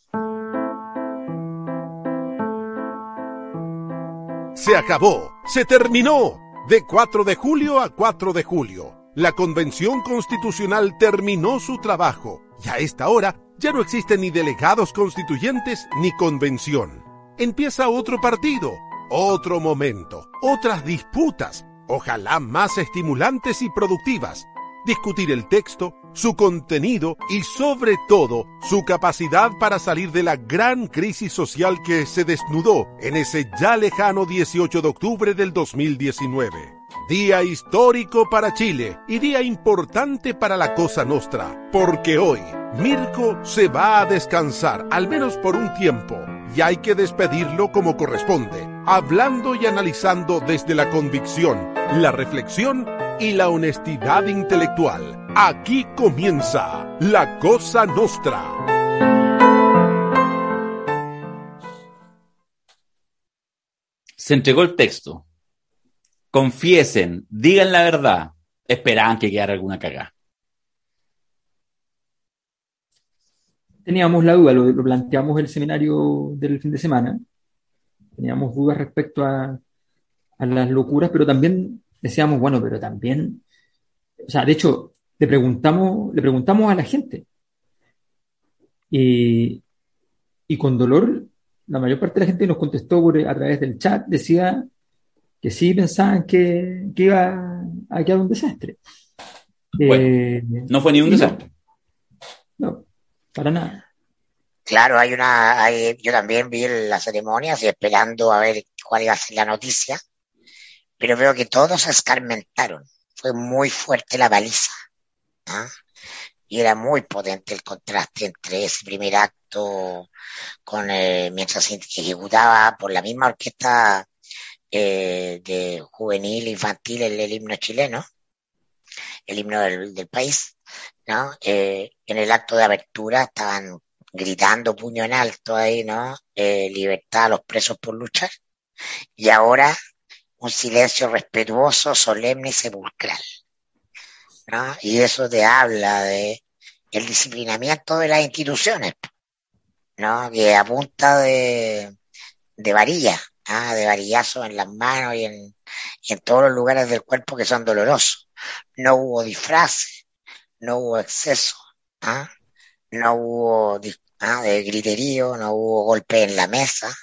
Se acabó, se terminó. De cuatro de julio a cuatro de julio, la Convención Constitucional terminó su trabajo y a esta hora ya no existen ni delegados constituyentes ni convención. Empieza otro partido, otro momento, otras disputas, ojalá más estimulantes y productivas. Discutir el texto, su contenido y sobre todo su capacidad para salir de la gran crisis social que se desnudó en ese ya lejano dieciocho de octubre del dos mil diecinueve. Día histórico para Chile y día importante para la Cosa Nostra, porque hoy Mirko se va a descansar, al menos por un tiempo, y hay que despedirlo como corresponde, hablando y analizando desde la convicción, la reflexión y la honestidad intelectual. Aquí comienza La Cosa Nostra. Se entregó el texto. Confiesen, digan la verdad. Esperaban que quedara alguna cagada. Teníamos la duda, lo, lo planteamos en el seminario del fin de semana. Teníamos dudas respecto a, a las locuras, pero también decíamos, bueno, pero también, o sea, de hecho, le preguntamos, le preguntamos a la gente. Y, y con dolor, la mayor parte de la gente nos contestó por, a través del chat, decía que sí pensaban que, que iba a quedar un desastre. Bueno, eh, no fue ni un desastre. No, no, para nada. Claro, hay una, hay, yo también vi la ceremonia, así esperando a ver cuál iba a ser la noticia, pero veo que todos se escarmentaron. Fue muy fuerte la baliza, ¿ah? Y era muy potente el contraste entre ese primer acto con eh, mientras se ejecutaba por la misma orquesta eh, de juvenil infantil el, el himno chileno, el himno del, del país, ¿no? Eh, en el acto de apertura estaban gritando puño en alto ahí, ¿no? Eh, libertad a los presos por luchar. Y ahora un silencio respetuoso, solemne y sepulcral, ¿no? Y eso te habla de el disciplinamiento de las instituciones, ¿no? Que a punta de, de varilla, ¿ah? De varillazo en las manos y en, y en todos los lugares del cuerpo que son dolorosos. No hubo disfraces, no hubo exceso, ¿ah? No hubo ¿ah? de griterío, no hubo golpe en la mesa,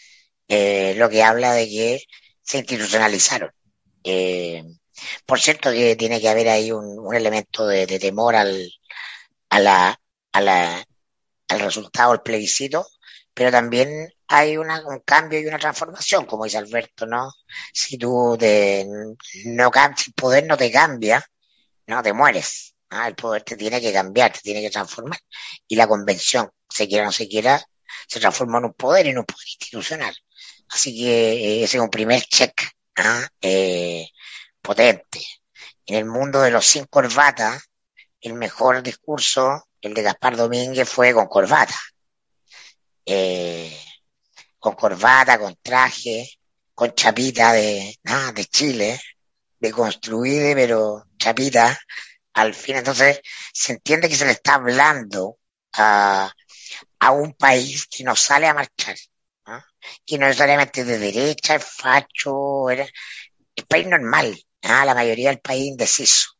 eh, lo que habla de que se institucionalizaron. Eh, por cierto que tiene que haber ahí un, un elemento de, de temor al, a la, a la, al resultado del plebiscito, pero también hay una, un cambio y una transformación, como dice Alberto, ¿no? Si tú te, no, si el poder no te cambia, no te mueres. Ah, el poder te tiene que cambiar, te tiene que transformar. Y la convención, se quiera o no se quiera, se transformó en un poder y en un poder institucional. Así que eh, ese es un primer check, ¿ah? eh, potente. En el mundo de los sin corbata, el mejor discurso, el de Gaspar Domínguez, fue con corbata. Eh, con corbata, con traje, con chapita de, nada, de Chile, de construide, pero chapita, al fin. Entonces se entiende que se le está hablando a, a un país que no sale a marchar, ¿no? Que no necesariamente de derecha, es facho, era, es país normal, ¿no? La mayoría del país indeciso,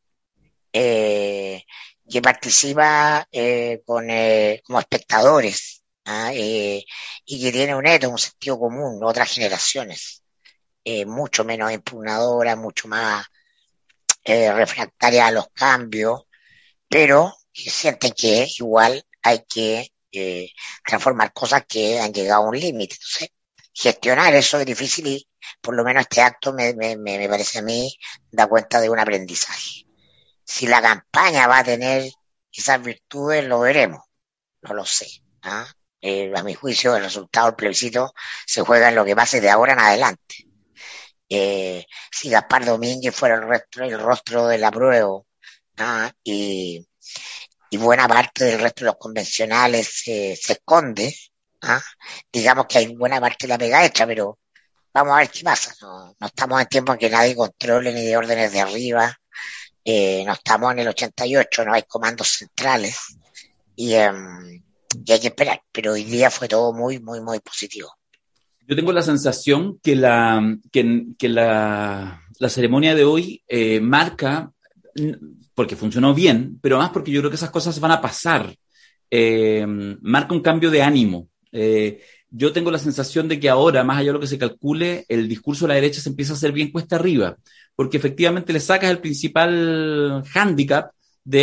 eh, que participa eh, con eh, como espectadores, ¿no? eh, y que tiene un eto, un sentido común, otras generaciones, eh, mucho menos impugnadora, mucho más eh, refractaria a los cambios, pero que sienten que igual hay que eh, transformar cosas que han llegado a un límite. Entonces, gestionar eso es difícil y por lo menos este acto me, me, me parece a mí da cuenta de un aprendizaje. Si la campaña va a tener esas virtudes, lo veremos, no lo sé, ¿ah? Eh, a mi juicio, el resultado del plebiscito se juega en lo que pase de ahora en adelante. Eh, si Gaspar Domínguez fuera el rostro, el rostro del apruebo, ¿ah? y, y buena parte del resto de los convencionales eh, se esconde, ¿ah? Digamos que hay buena parte de la pega hecha, pero vamos a ver qué pasa. No, no estamos en tiempo en que nadie controle ni de órdenes de arriba, eh, no estamos en el ochenta y ocho, no hay comandos centrales y, eh, y hay que esperar, pero hoy día fue todo muy, muy, muy positivo. Yo tengo la sensación que la, que, que la, la ceremonia de hoy eh, marca, porque funcionó bien, pero más porque yo creo que esas cosas van a pasar, eh, marca un cambio de ánimo. Eh, yo tengo la sensación de que ahora, más allá de lo que se calcule, el discurso de la derecha se empieza a hacer bien cuesta arriba, porque efectivamente le sacas el principal hándicap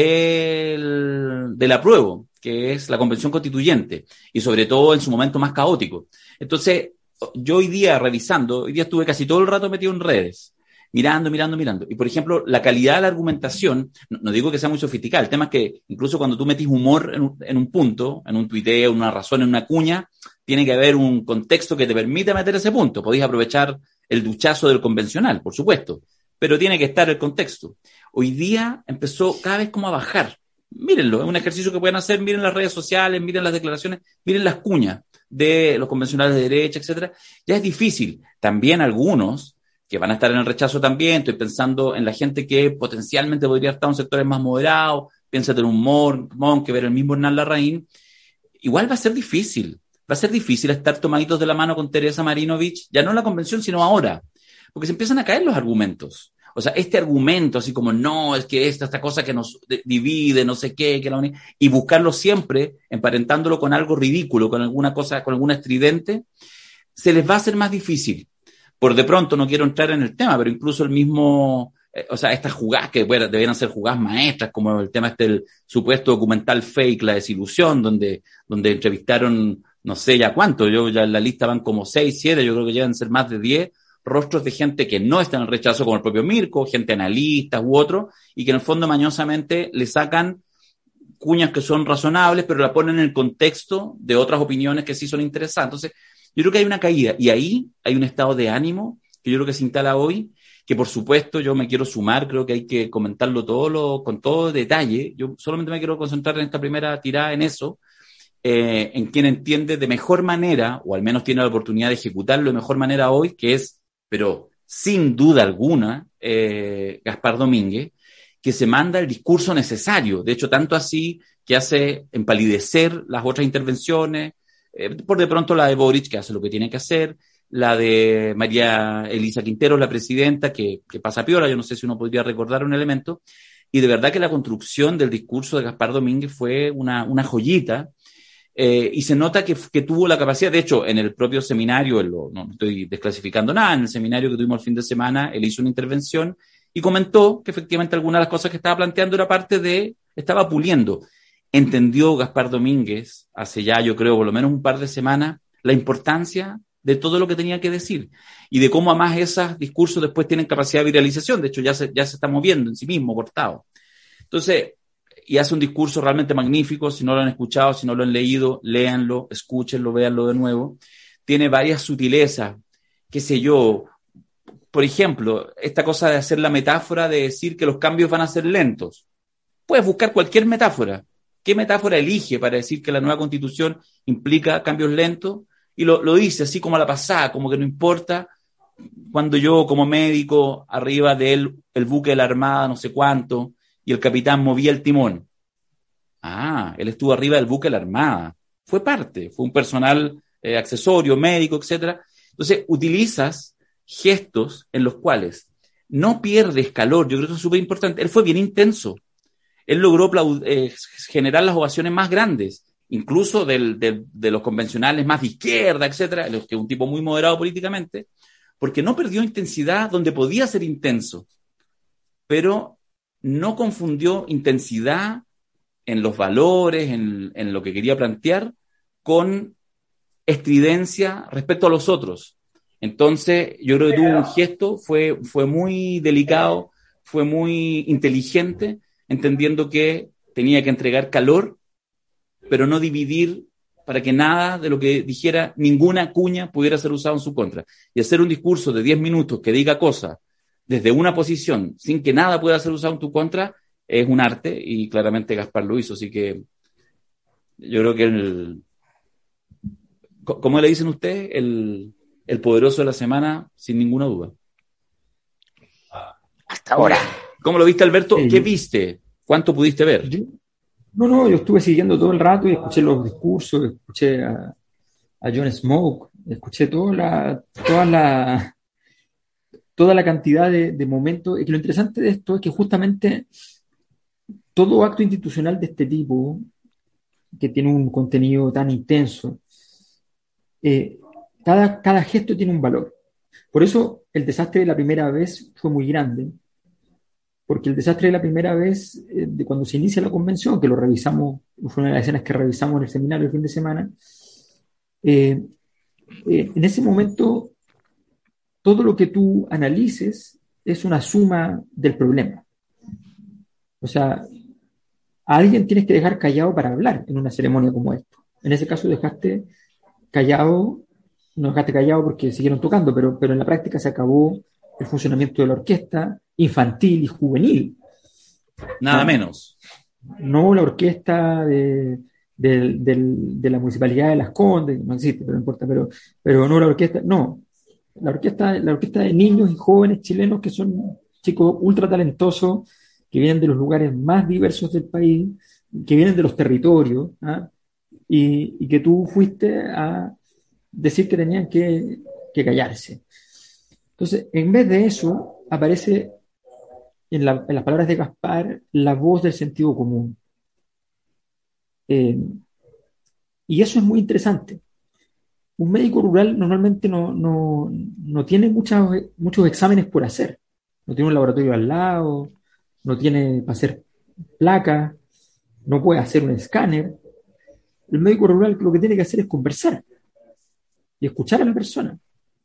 del, del apruebo, que es la convención constituyente, y sobre todo en su momento más caótico. Entonces, yo hoy día revisando, hoy día estuve casi todo el rato metido en redes, mirando, mirando, mirando. Y, por ejemplo, la calidad de la argumentación, no, no digo que sea muy sofisticada, el tema es que incluso cuando tú metís humor en un, en un punto, en un tuiteo, en una razón, en una cuña, tiene que haber un contexto que te permita meter ese punto. Podéis aprovechar el duchazo del convencional, por supuesto, pero tiene que estar el contexto. Hoy día empezó cada vez como a bajar. Mírenlo, es un ejercicio que pueden hacer, miren las redes sociales, miren las declaraciones, miren las cuñas de los convencionales de derecha, etcétera. Ya es difícil. También algunos que van a estar en el rechazo también, estoy pensando en la gente que potencialmente podría estar en sectores más moderados, piénsate en un Monk, que ver el mismo Hernán Larraín, igual va a ser difícil, va a ser difícil estar tomaditos de la mano con Teresa Marinovich, ya no en la convención, sino ahora, porque se empiezan a caer los argumentos. O sea, este argumento así como, no, es que esta, esta cosa que nos divide, no sé qué, que la uni... y buscarlo siempre, emparentándolo con algo ridículo, con alguna cosa, con alguna estridente, se les va a hacer más difícil. Por de pronto, no quiero entrar en el tema, pero incluso el mismo, eh, o sea, estas jugadas que bueno, debieran ser jugadas maestras, como el tema este del supuesto documental fake, La Desilusión, donde, donde entrevistaron, no sé ya cuánto, yo ya en la lista van como seis, siete, yo creo que llegan a ser más de diez, rostros de gente que no está en el rechazo, como el propio Mirko, gente analista u otro, y que en el fondo mañosamente le sacan cuñas que son razonables, pero la ponen en el contexto de otras opiniones que sí son interesantes. Entonces, yo creo que hay una caída, y ahí hay un estado de ánimo que yo creo que se instala hoy, que por supuesto yo me quiero sumar, creo que hay que comentarlo todo lo, con todo detalle. Yo solamente me quiero concentrar en esta primera tirada en eso, eh, en quien entiende de mejor manera, o al menos tiene la oportunidad de ejecutarlo de mejor manera hoy, que es, pero sin duda alguna, eh, Gaspar Domínguez, que se manda el discurso necesario. De hecho, tanto así que hace empalidecer las otras intervenciones, eh, por de pronto la de Boric, que hace lo que tiene que hacer, la de María Elisa Quintero, la presidenta, que, que pasa piola, yo no sé si uno podría recordar un elemento, y de verdad que la construcción del discurso de Gaspar Domínguez fue una, una joyita, eh, y se nota que, que tuvo la capacidad, de hecho, en el propio seminario, en lo, no estoy desclasificando nada, en el seminario que tuvimos el fin de semana, él hizo una intervención y comentó que efectivamente algunas de las cosas que estaba planteando era parte de, estaba puliendo. Entendió Gaspar Domínguez, hace ya yo creo por lo menos un par de semanas, la importancia de todo lo que tenía que decir y de cómo además esos discursos después tienen capacidad de viralización, de hecho ya se, ya se está moviendo en sí mismo, cortado. Entonces, y hace un discurso realmente magnífico, si no lo han escuchado, si no lo han leído, léanlo, escúchenlo, véanlo de nuevo. Tiene varias sutilezas, qué sé yo, por ejemplo, esta cosa de hacer la metáfora de decir que los cambios van a ser lentos. Puedes buscar cualquier metáfora. ¿Qué metáfora elige para decir que la nueva Constitución implica cambios lentos? y lo, lo dice así como a la pasada, como que no importa cuando yo como médico arriba de él, el buque de la Armada, no sé cuánto, y el capitán movía el timón. Ah, él estuvo arriba del buque de la Armada. Fue parte, fue un personal eh, accesorio, médico, etcétera. Entonces, utilizas gestos en los cuales no pierdes calor. Yo creo que eso es súper importante. Él fue bien intenso. Él logró eh, generar las ovaciones más grandes, incluso del, del, de los convencionales más de izquierda, etcétera, que es un tipo muy moderado políticamente, porque no perdió intensidad donde podía ser intenso, pero no confundió intensidad en los valores, en, en lo que quería plantear, con estridencia respecto a los otros. Entonces, yo creo que tuvo un gesto, fue, fue muy delicado, fue muy inteligente, entendiendo que tenía que entregar calor, pero no dividir para que nada de lo que dijera, ninguna cuña pudiera ser usado en su contra. Y hacer un discurso de diez minutos que diga cosas desde una posición sin que nada pueda ser usado en tu contra es un arte, y claramente Gaspar lo hizo. Así que yo creo que el, ¿cómo le dicen ustedes? El, el poderoso de la semana, sin ninguna duda. Hasta ahora. ¿Cómo lo viste, Alberto? Sí, ¿Qué yo, viste? ¿Cuánto pudiste ver? yo- no, no, yo estuve siguiendo todo el rato y escuché los discursos, escuché a, a John Smoke, escuché toda la, toda la, toda la cantidad de, de momentos. Y que lo interesante de esto es que justamente todo acto institucional de este tipo, que tiene un contenido tan intenso, eh, cada, cada gesto tiene un valor. Por eso el desastre de la primera vez fue muy grande, porque el desastre de la primera vez, eh, de cuando se inicia la convención, que lo revisamos, fue una de las escenas que revisamos en el seminario el fin de semana, eh, eh, en ese momento todo lo que tú analices es una suma del problema. O sea, a alguien tienes que dejar callado para hablar en una ceremonia como esta. En ese caso dejaste callado, no dejaste callado porque siguieron tocando, pero, pero en la práctica se acabó el funcionamiento de la orquesta infantil y juvenil. Nada ¿No? menos. No la orquesta de, de, de, de la municipalidad de Las Condes, no existe, pero no importa, pero, pero no la orquesta, no. La orquesta, la orquesta de niños y jóvenes chilenos que son chicos ultra talentosos, que vienen de los lugares más diversos del país, que vienen de los territorios, ¿ah? y, y que tú fuiste a decir que tenían que, que callarse. Entonces, en vez de eso, aparece en, la, en las palabras de Gaspar la voz del sentido común. Eh, y eso es muy interesante. Un médico rural normalmente no, no, no tiene muchas, muchos exámenes por hacer. No tiene un laboratorio al lado, no tiene para hacer placas, no puede hacer un escáner. El médico rural lo que tiene que hacer es conversar y escuchar a la persona.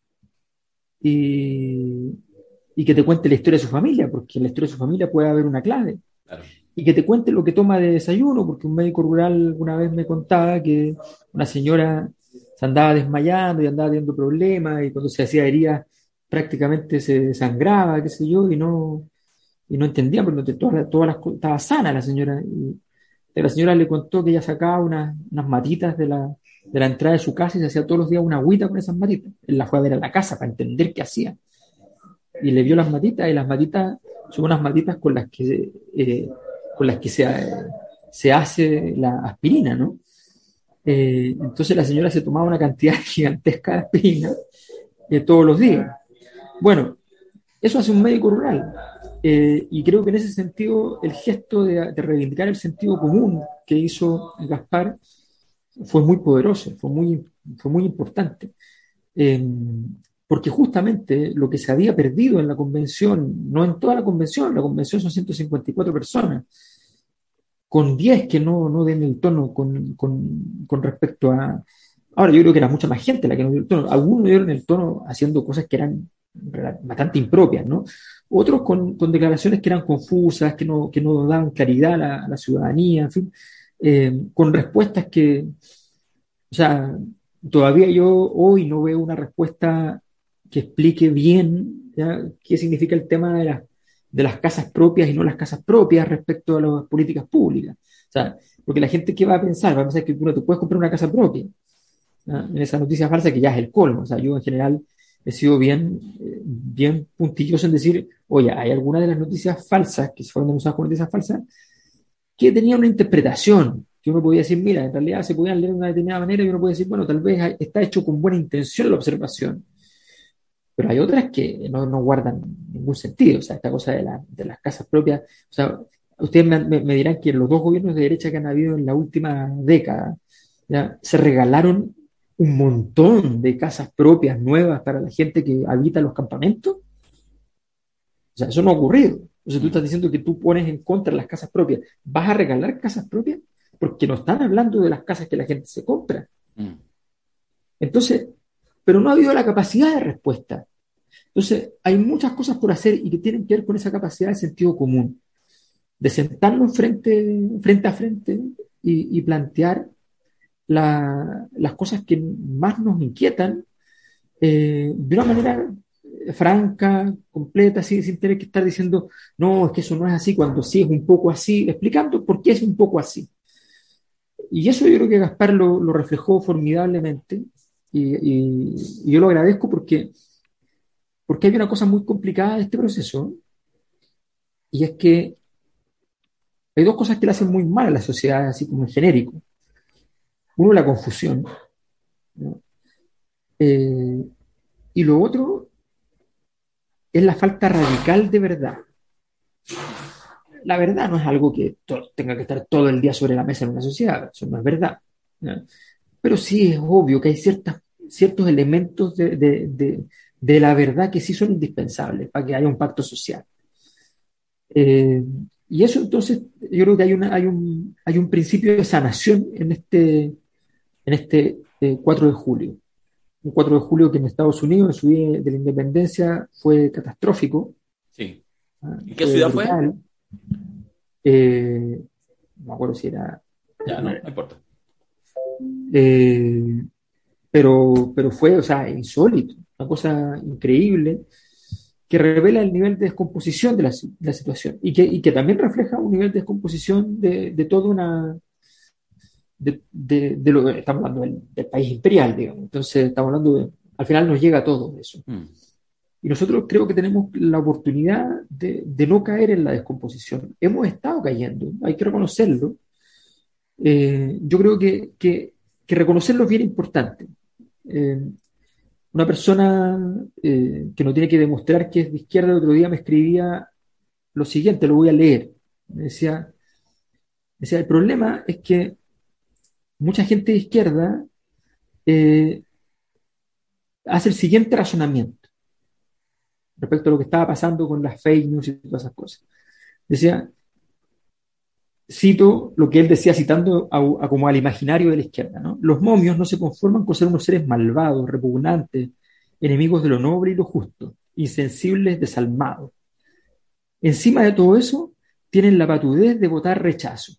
Y, y que te cuente la historia de su familia, porque en la historia de su familia puede haber una clave. Claro. Y que te cuente lo que toma de desayuno, porque un médico rural alguna vez me contaba que una señora se andaba desmayando y andaba teniendo problemas, y cuando se hacía heridas prácticamente se sangraba, qué sé yo, y no, y no entendía, porque todas, todas las cosas, estaba sana la señora. Y la señora le contó que ella sacaba unas, unas matitas de la, de la entrada de su casa y se hacía todos los días una agüita con esas matitas. Él la fue a ver a la casa para entender qué hacía. Y le vio las matitas, y las matitas son unas matitas con las que, eh, con las que se, se hace la aspirina, ¿no? Eh, entonces la señora se tomaba una cantidad gigantesca de aspirina eh, todos los días. Bueno, eso hace un médico rural. Eh, y creo que en ese sentido el gesto de, de reivindicar el sentido común que hizo Gaspar fue muy poderoso, fue muy, fue muy importante. Eh, porque justamente lo que se había perdido en la convención, no en toda la convención, la convención son ciento cincuenta y cuatro personas, con diez que no, no den el tono con, con, con respecto a... Ahora, yo creo que era mucha más gente la que no dio el tono. Algunos dieron el tono haciendo cosas que eran bastante impropias, ¿no? Otros con, con declaraciones que eran confusas, que no, que no daban claridad a la, a la ciudadanía, en fin, eh, con respuestas que, o sea, todavía yo hoy no veo una respuesta que explique bien, ¿ya?, qué significa el tema de las, de las casas propias y no las casas propias respecto a las políticas públicas. O sea, porque la gente, ¿qué va a pensar? Va a pensar que tú no te puedes comprar una casa propia. ¿ah? En esa noticia falsa que ya es el colmo. O sea, yo en general he sido bien, eh, bien puntilloso en decir, oye, hay algunas de las noticias falsas que se fueron denunciadas como noticias falsas que tenían una interpretación, que uno podía decir, mira, en realidad se podían leer de una determinada manera y uno puede decir, bueno, tal vez hay- está hecho con buena intención la observación, pero hay otras que no, no guardan ningún sentido. O sea, esta cosa de, la- de las casas propias, o sea, ustedes me, me- me dirán que los dos gobiernos de derecha que han habido en la última década, ¿ya? Se regalaron un montón de casas propias nuevas para la gente que habita los campamentos. O sea, eso no ha ocurrido. Entonces tú estás Mm, diciendo que tú pones en contra las casas propias. ¿Vas a regalar casas propias? Porque no están hablando de las casas que la gente se compra. mm, Entonces, pero no ha habido la capacidad de respuesta. Entonces, hay muchas cosas por hacer y que tienen que ver con esa capacidad de sentido común, de sentarnos frente, frente a frente y, y plantear la- las cosas que más nos inquietan eh, de una manera franca, completa, así, sin tener que estar diciendo, no, es que eso no es así, cuando sí es un poco así, explicando por qué es un poco así. Y eso yo creo que Gaspar lo, lo reflejó formidablemente y, y- y yo lo agradezco porque, porque hay una cosa muy complicada de este proceso y es que hay dos cosas que le hacen muy mal a la sociedad, así como en genérico. Uno, la confusión, ¿no? Eh, y lo otro es la falta radical de verdad. La verdad no es algo que to- tenga que estar todo el día sobre la mesa en una sociedad, eso no es verdad, ¿no? Pero sí es obvio que hay ciertas, ciertos elementos de, de- de- de la verdad que sí son indispensables para que haya un pacto social. Eh, y eso entonces, yo creo que hay, una, hay, un, hay un principio de sanación en este, en este eh, cuatro de julio. Un cuatro de julio que en Estados Unidos, en su día de la independencia, fue catastrófico, sí. ¿ah? ¿En qué Fue ciudad fue? brutal. Eh, no me acuerdo si era. Ya, no, no importa. eh, pero, pero fue, o sea, insólito, una cosa increíble que revela el nivel de descomposición de la, si- de la situación y que, y que también refleja un nivel de descomposición de, de toda una. De, de- de lo estamos hablando del, del país imperial, digamos. Entonces, estamos hablando de. Al final nos llega todo eso. Mm, Y nosotros creo que tenemos la oportunidad de, de no caer en la descomposición. Hemos estado cayendo, hay que reconocerlo. Eh, yo creo que, que, que reconocerlo es bien importante. Eh, una persona eh, que no tiene que demostrar que es de izquierda el otro día me escribía lo siguiente, lo voy a leer. Me decía, decía el problema es que mucha gente de izquierda eh, hace el siguiente razonamiento respecto a lo que estaba pasando con las fake news y todas esas cosas. Decía, cito lo que él decía citando a, a como al imaginario de la izquierda, ¿no? Los momios no se conforman con ser unos seres malvados, repugnantes, enemigos de lo noble y lo justo, insensibles, desalmados. Encima de todo eso, tienen la patudez de votar rechazo.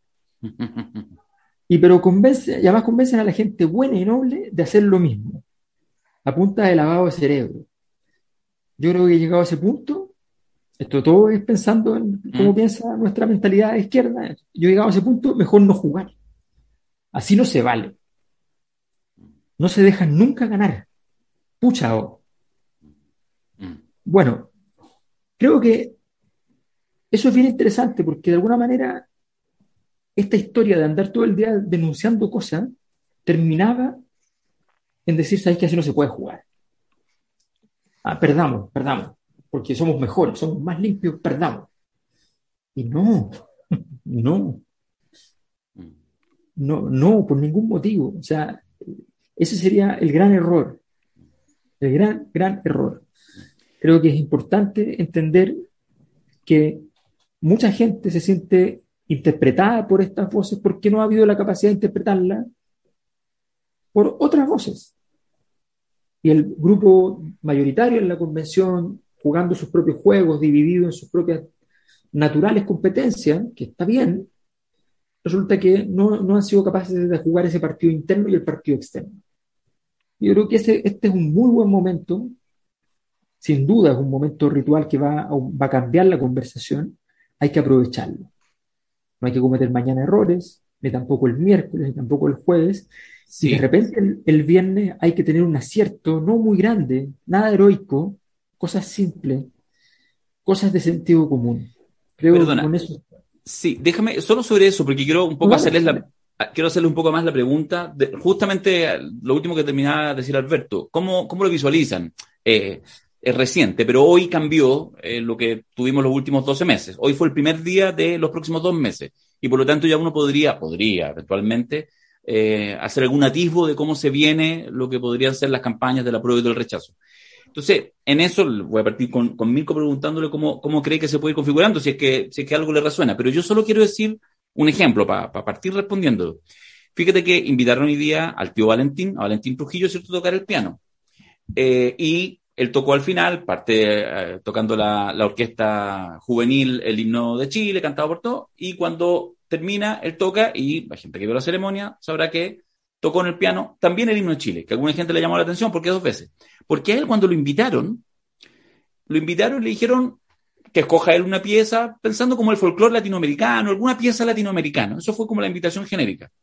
Y pero convence, y además convencen a la gente buena y noble de hacer lo mismo, a punta de lavado de cerebro. Yo creo que llegado a ese punto, esto todo es pensando en cómo mm, piensa nuestra mentalidad de izquierda. Yo he llegado a ese punto, mejor no jugar. Así no se vale. No se dejan nunca ganar. Pucha, oh. mm, Bueno, creo que eso es bien interesante porque de alguna manera esta historia de andar todo el día denunciando cosas terminaba en decir, ¿sabes qué? Así no se puede jugar. Ah, perdamos, perdamos, porque somos mejores, somos más limpios, perdamos. Y no, no, mm. no, no, por ningún motivo. O sea, ese sería el gran error, el gran, gran error. Creo que es importante entender que mucha gente se siente interpretada por estas voces porque no ha habido la capacidad de interpretarla por otras voces. Y el grupo mayoritario en la convención, jugando sus propios juegos, dividido en sus propias naturales competencias, que está bien, resulta que no, no han sido capaces de jugar ese partido interno y el partido externo. Yo creo que ese, este es un muy buen momento, sin duda es un momento ritual que va a, va a cambiar la conversación, hay que aprovecharlo. No hay que cometer mañana errores, ni tampoco el miércoles, ni tampoco el jueves, Sí. Y de repente el, el viernes hay que tener un acierto, no muy grande, nada heroico, cosas simples, cosas de sentido común. Creo Perdona, que con eso... Sí, déjame, solo sobre eso, porque quiero un poco No, vale, hacerles vale. la, quiero hacerle un poco más la pregunta, de, justamente lo último que terminaba de decir Alberto, ¿cómo, cómo lo visualizan? Eh, es reciente, pero hoy cambió eh, lo que tuvimos los últimos doce meses. Hoy fue el primer día de los próximos dos meses, y por lo tanto ya uno podría, podría eventualmente, eh, hacer algún atisbo de cómo se viene lo que podrían ser las campañas del apruebo y del rechazo. Entonces, en eso voy a partir con, con Mirko preguntándole cómo, cómo cree que se puede ir configurando, si es que, si es que algo le resuena. Pero yo solo quiero decir un ejemplo para pa partir respondiendo. Fíjate que invitaron hoy día al tío Valentín, a Valentín Trujillo, ¿cierto?, a tocar el piano. Eh, y él tocó al final, parte eh, tocando la, la orquesta juvenil, el himno de Chile, cantado por todos, y cuando termina, él toca, y la gente que vio la ceremonia sabrá que tocó en el piano también el himno de Chile, que a alguna gente le llamó la atención, porque dos veces. Porque a él cuando lo invitaron, lo invitaron y le dijeron que escoja él una pieza, pensando como el folclore latinoamericano, alguna pieza latinoamericana. Eso fue como la invitación genérica.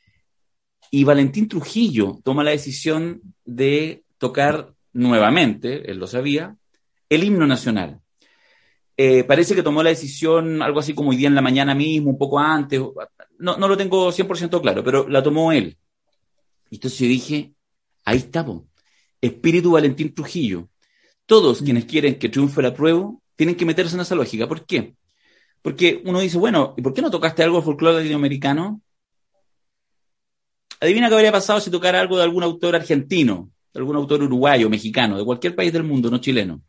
Y Valentín Trujillo toma la decisión de tocar nuevamente, él lo sabía, el himno nacional. Eh, parece que tomó la decisión algo así como hoy día en la mañana mismo, un poco antes, no, no lo tengo cien por ciento claro, pero la tomó él. Y entonces yo dije, ahí está, po. Espíritu Valentín Trujillo. Todos quienes quieren que triunfe el apruebo tienen que meterse en esa lógica. ¿Por qué? Porque uno dice, bueno, ¿y por qué no tocaste algo de folclore latinoamericano? Adivina qué habría pasado si tocara algo de algún autor argentino, de algún autor uruguayo, mexicano, de cualquier país del mundo, no chileno.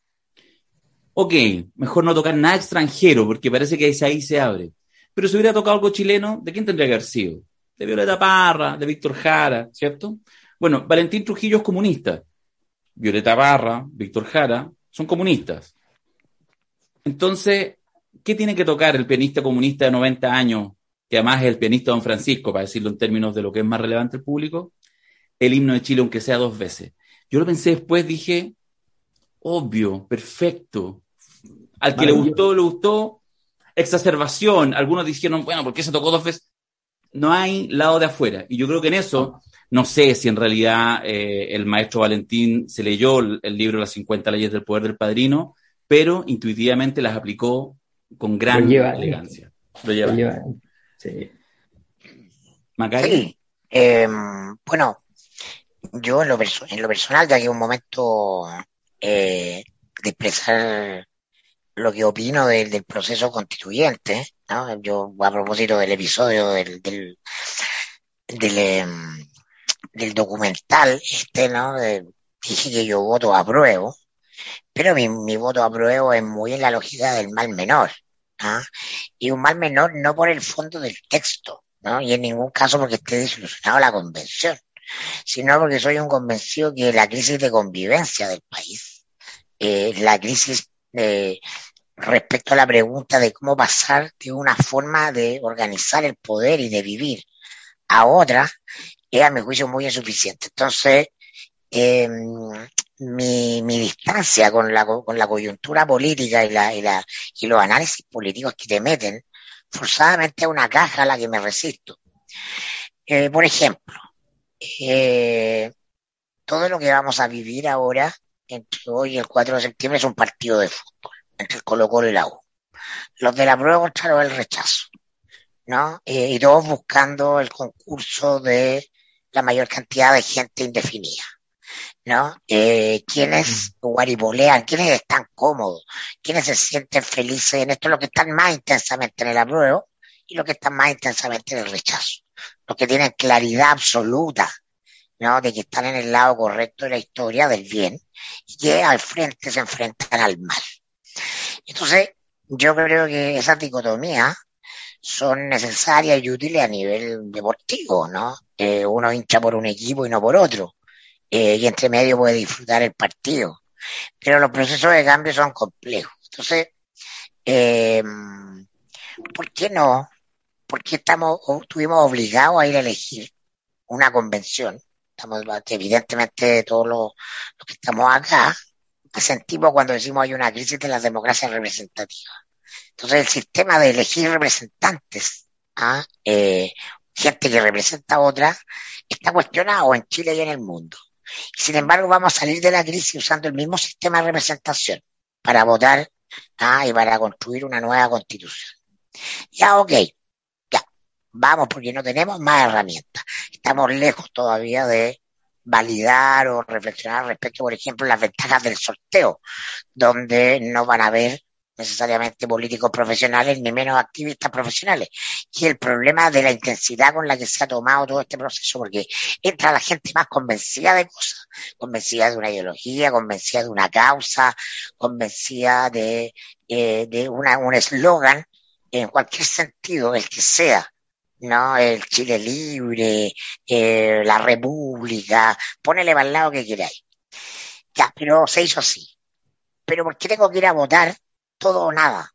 Ok, mejor no tocar nada extranjero, porque parece que ahí se abre. Pero si hubiera tocado algo chileno, ¿de quién tendría que haber sido? De Violeta Parra, de Víctor Jara, ¿cierto? Bueno, Valentín Trujillo es comunista. Violeta Parra, Víctor Jara, son comunistas. Entonces, ¿qué tiene que tocar el pianista comunista de noventa años, que además es el pianista Don Francisco, para decirlo en términos de lo que es más relevante al público? El himno de Chile, aunque sea dos veces. Yo lo pensé después, dije, obvio, perfecto. Al que le gustó, le gustó. Exacerbación. Algunos dijeron, bueno, ¿por qué se tocó dos veces? No hay lado de afuera. Y yo creo que en eso, no sé si en realidad eh, el maestro Valentín se leyó el, el libro Las cincuenta leyes del poder del padrino, pero intuitivamente las aplicó con gran Lo lleva, elegancia. Lo lleva. Lo lleva. Sí. Macari. Sí. Eh, bueno, yo en lo, perso- en lo personal, ya que es un momento eh, de expresar lo que opino del, del proceso constituyente, ¿no? Yo, a propósito del episodio del, del, del, eh, del documental este, ¿no? De, dije que yo voto apruebo, pero mi, mi voto apruebo es muy en la lógica del mal menor, ¿no? Y un mal menor no por el fondo del texto, ¿no? Y en ningún caso porque esté desilusionado la convención, sino porque soy un convencido que la crisis de convivencia del país, eh, la crisis de respecto a la pregunta de cómo pasar de una forma de organizar el poder y de vivir a otra, es a mi juicio muy insuficiente. Entonces, eh, mi, mi distancia con la, con la coyuntura política y, la, y, la, y los análisis políticos que te meten forzadamente a una caja a la que me resisto. Eh, por ejemplo, eh, todo lo que vamos a vivir ahora, entre hoy y el cuatro de septiembre, es un partido de fútbol entre el Colo-Colo y la U. Los de la prueba contra los del rechazo, ¿no? Eh, y todos buscando el concurso de la mayor cantidad de gente indefinida, ¿no? Eh, quienes guaripolean, quienes están cómodos, quienes se sienten felices en esto, los que están más intensamente en el apruebo y los que están más intensamente en el rechazo, los que tienen claridad absoluta, ¿no? De que están en el lado correcto de la historia, del bien, y que al frente se enfrentan al mal. Entonces, yo creo que esas dicotomías son necesarias y útiles a nivel deportivo, ¿no? Eh, uno hincha por un equipo y no por otro, eh, y entre medio puede disfrutar el partido, pero los procesos de cambio son complejos. Entonces, eh, ¿por qué no? ¿Por qué estamos, estuvimos obligados a ir a elegir una convención? Estamos, evidentemente, todos los, los que estamos acá, sentimos cuando decimos hay una crisis de las democracias representativas. Entonces el sistema de elegir representantes, ¿ah? eh, gente que representa a otra, está cuestionado en Chile y en el mundo. Sin embargo, vamos a salir de la crisis usando el mismo sistema de representación para votar ah, y para construir una nueva constitución. Ya, ok, ya, vamos porque no tenemos más herramientas. Estamos lejos todavía de validar o reflexionar respecto, por ejemplo, las ventajas del sorteo, donde no van a haber necesariamente políticos profesionales ni menos activistas profesionales. Y el problema de la intensidad con la que se ha tomado todo este proceso, porque entra la gente más convencida de cosas, convencida de una ideología, convencida de una causa, convencida de, eh, de una, un eslogan, en cualquier sentido, el que sea, ¿no? El Chile libre, eh, la República, ponele para el lado que queráis. Ya, pero se hizo así. Pero ¿por qué tengo que ir a votar todo o nada?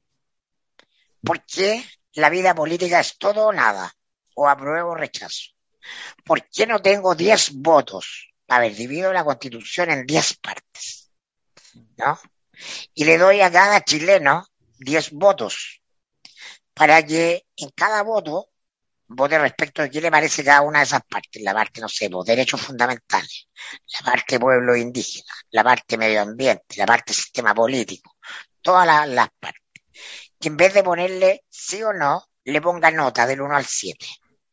¿Por qué la vida política es todo o nada? O apruebo o rechazo. ¿Por qué no tengo diez votos? A ver, divido la Constitución en diez partes, ¿no? Y le doy a cada chileno diez votos para que en cada voto vote respecto de qué le parece cada una de esas partes. La parte, no sé, pues, derechos fundamentales, la parte pueblo indígena, la parte medio ambiente, la parte sistema político, todas las, las partes. Que en vez de ponerle sí o no, le ponga nota del uno al siete.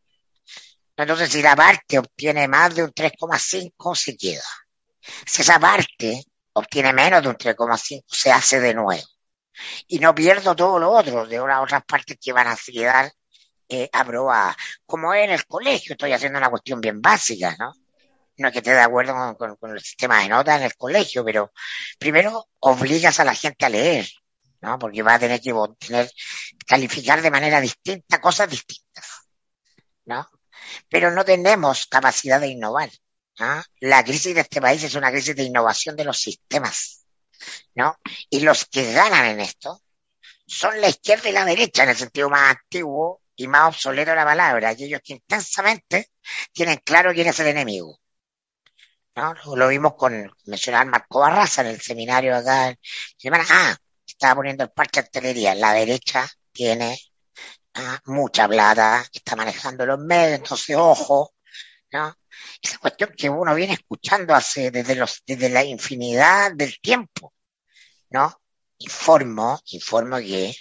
Entonces, si la parte obtiene más de un tres coma cinco, se queda. Si esa parte obtiene menos de un tres coma cinco, se hace de nuevo. Y no pierdo todo lo otro de las otras partes que van a quedar eh, aprobadas. Como es en el colegio, estoy haciendo una cuestión bien básica, ¿no? No es que esté de acuerdo con, con, con el sistema de notas en el colegio, pero primero obligas a la gente a leer, ¿no? Porque va a tener que tener, calificar de manera distinta cosas distintas, ¿no? Pero no tenemos capacidad de innovar, ¿no? La crisis de este país es una crisis de innovación de los sistemas, ¿no? Y los que ganan en esto son la izquierda y la derecha, en el sentido más antiguo y más obsoleto de la palabra, aquellos que intensamente tienen claro quién es el enemigo, ¿no? Lo vimos con mencionar Marco Barraza en el seminario acá en semana. Ah, estaba poniendo el parche de artillería. La derecha tiene ah, mucha plata, está manejando los medios, entonces ojo, ¿no? Esa cuestión que uno viene escuchando hace desde los desde la infinidad del tiempo, ¿no? Informo, informo que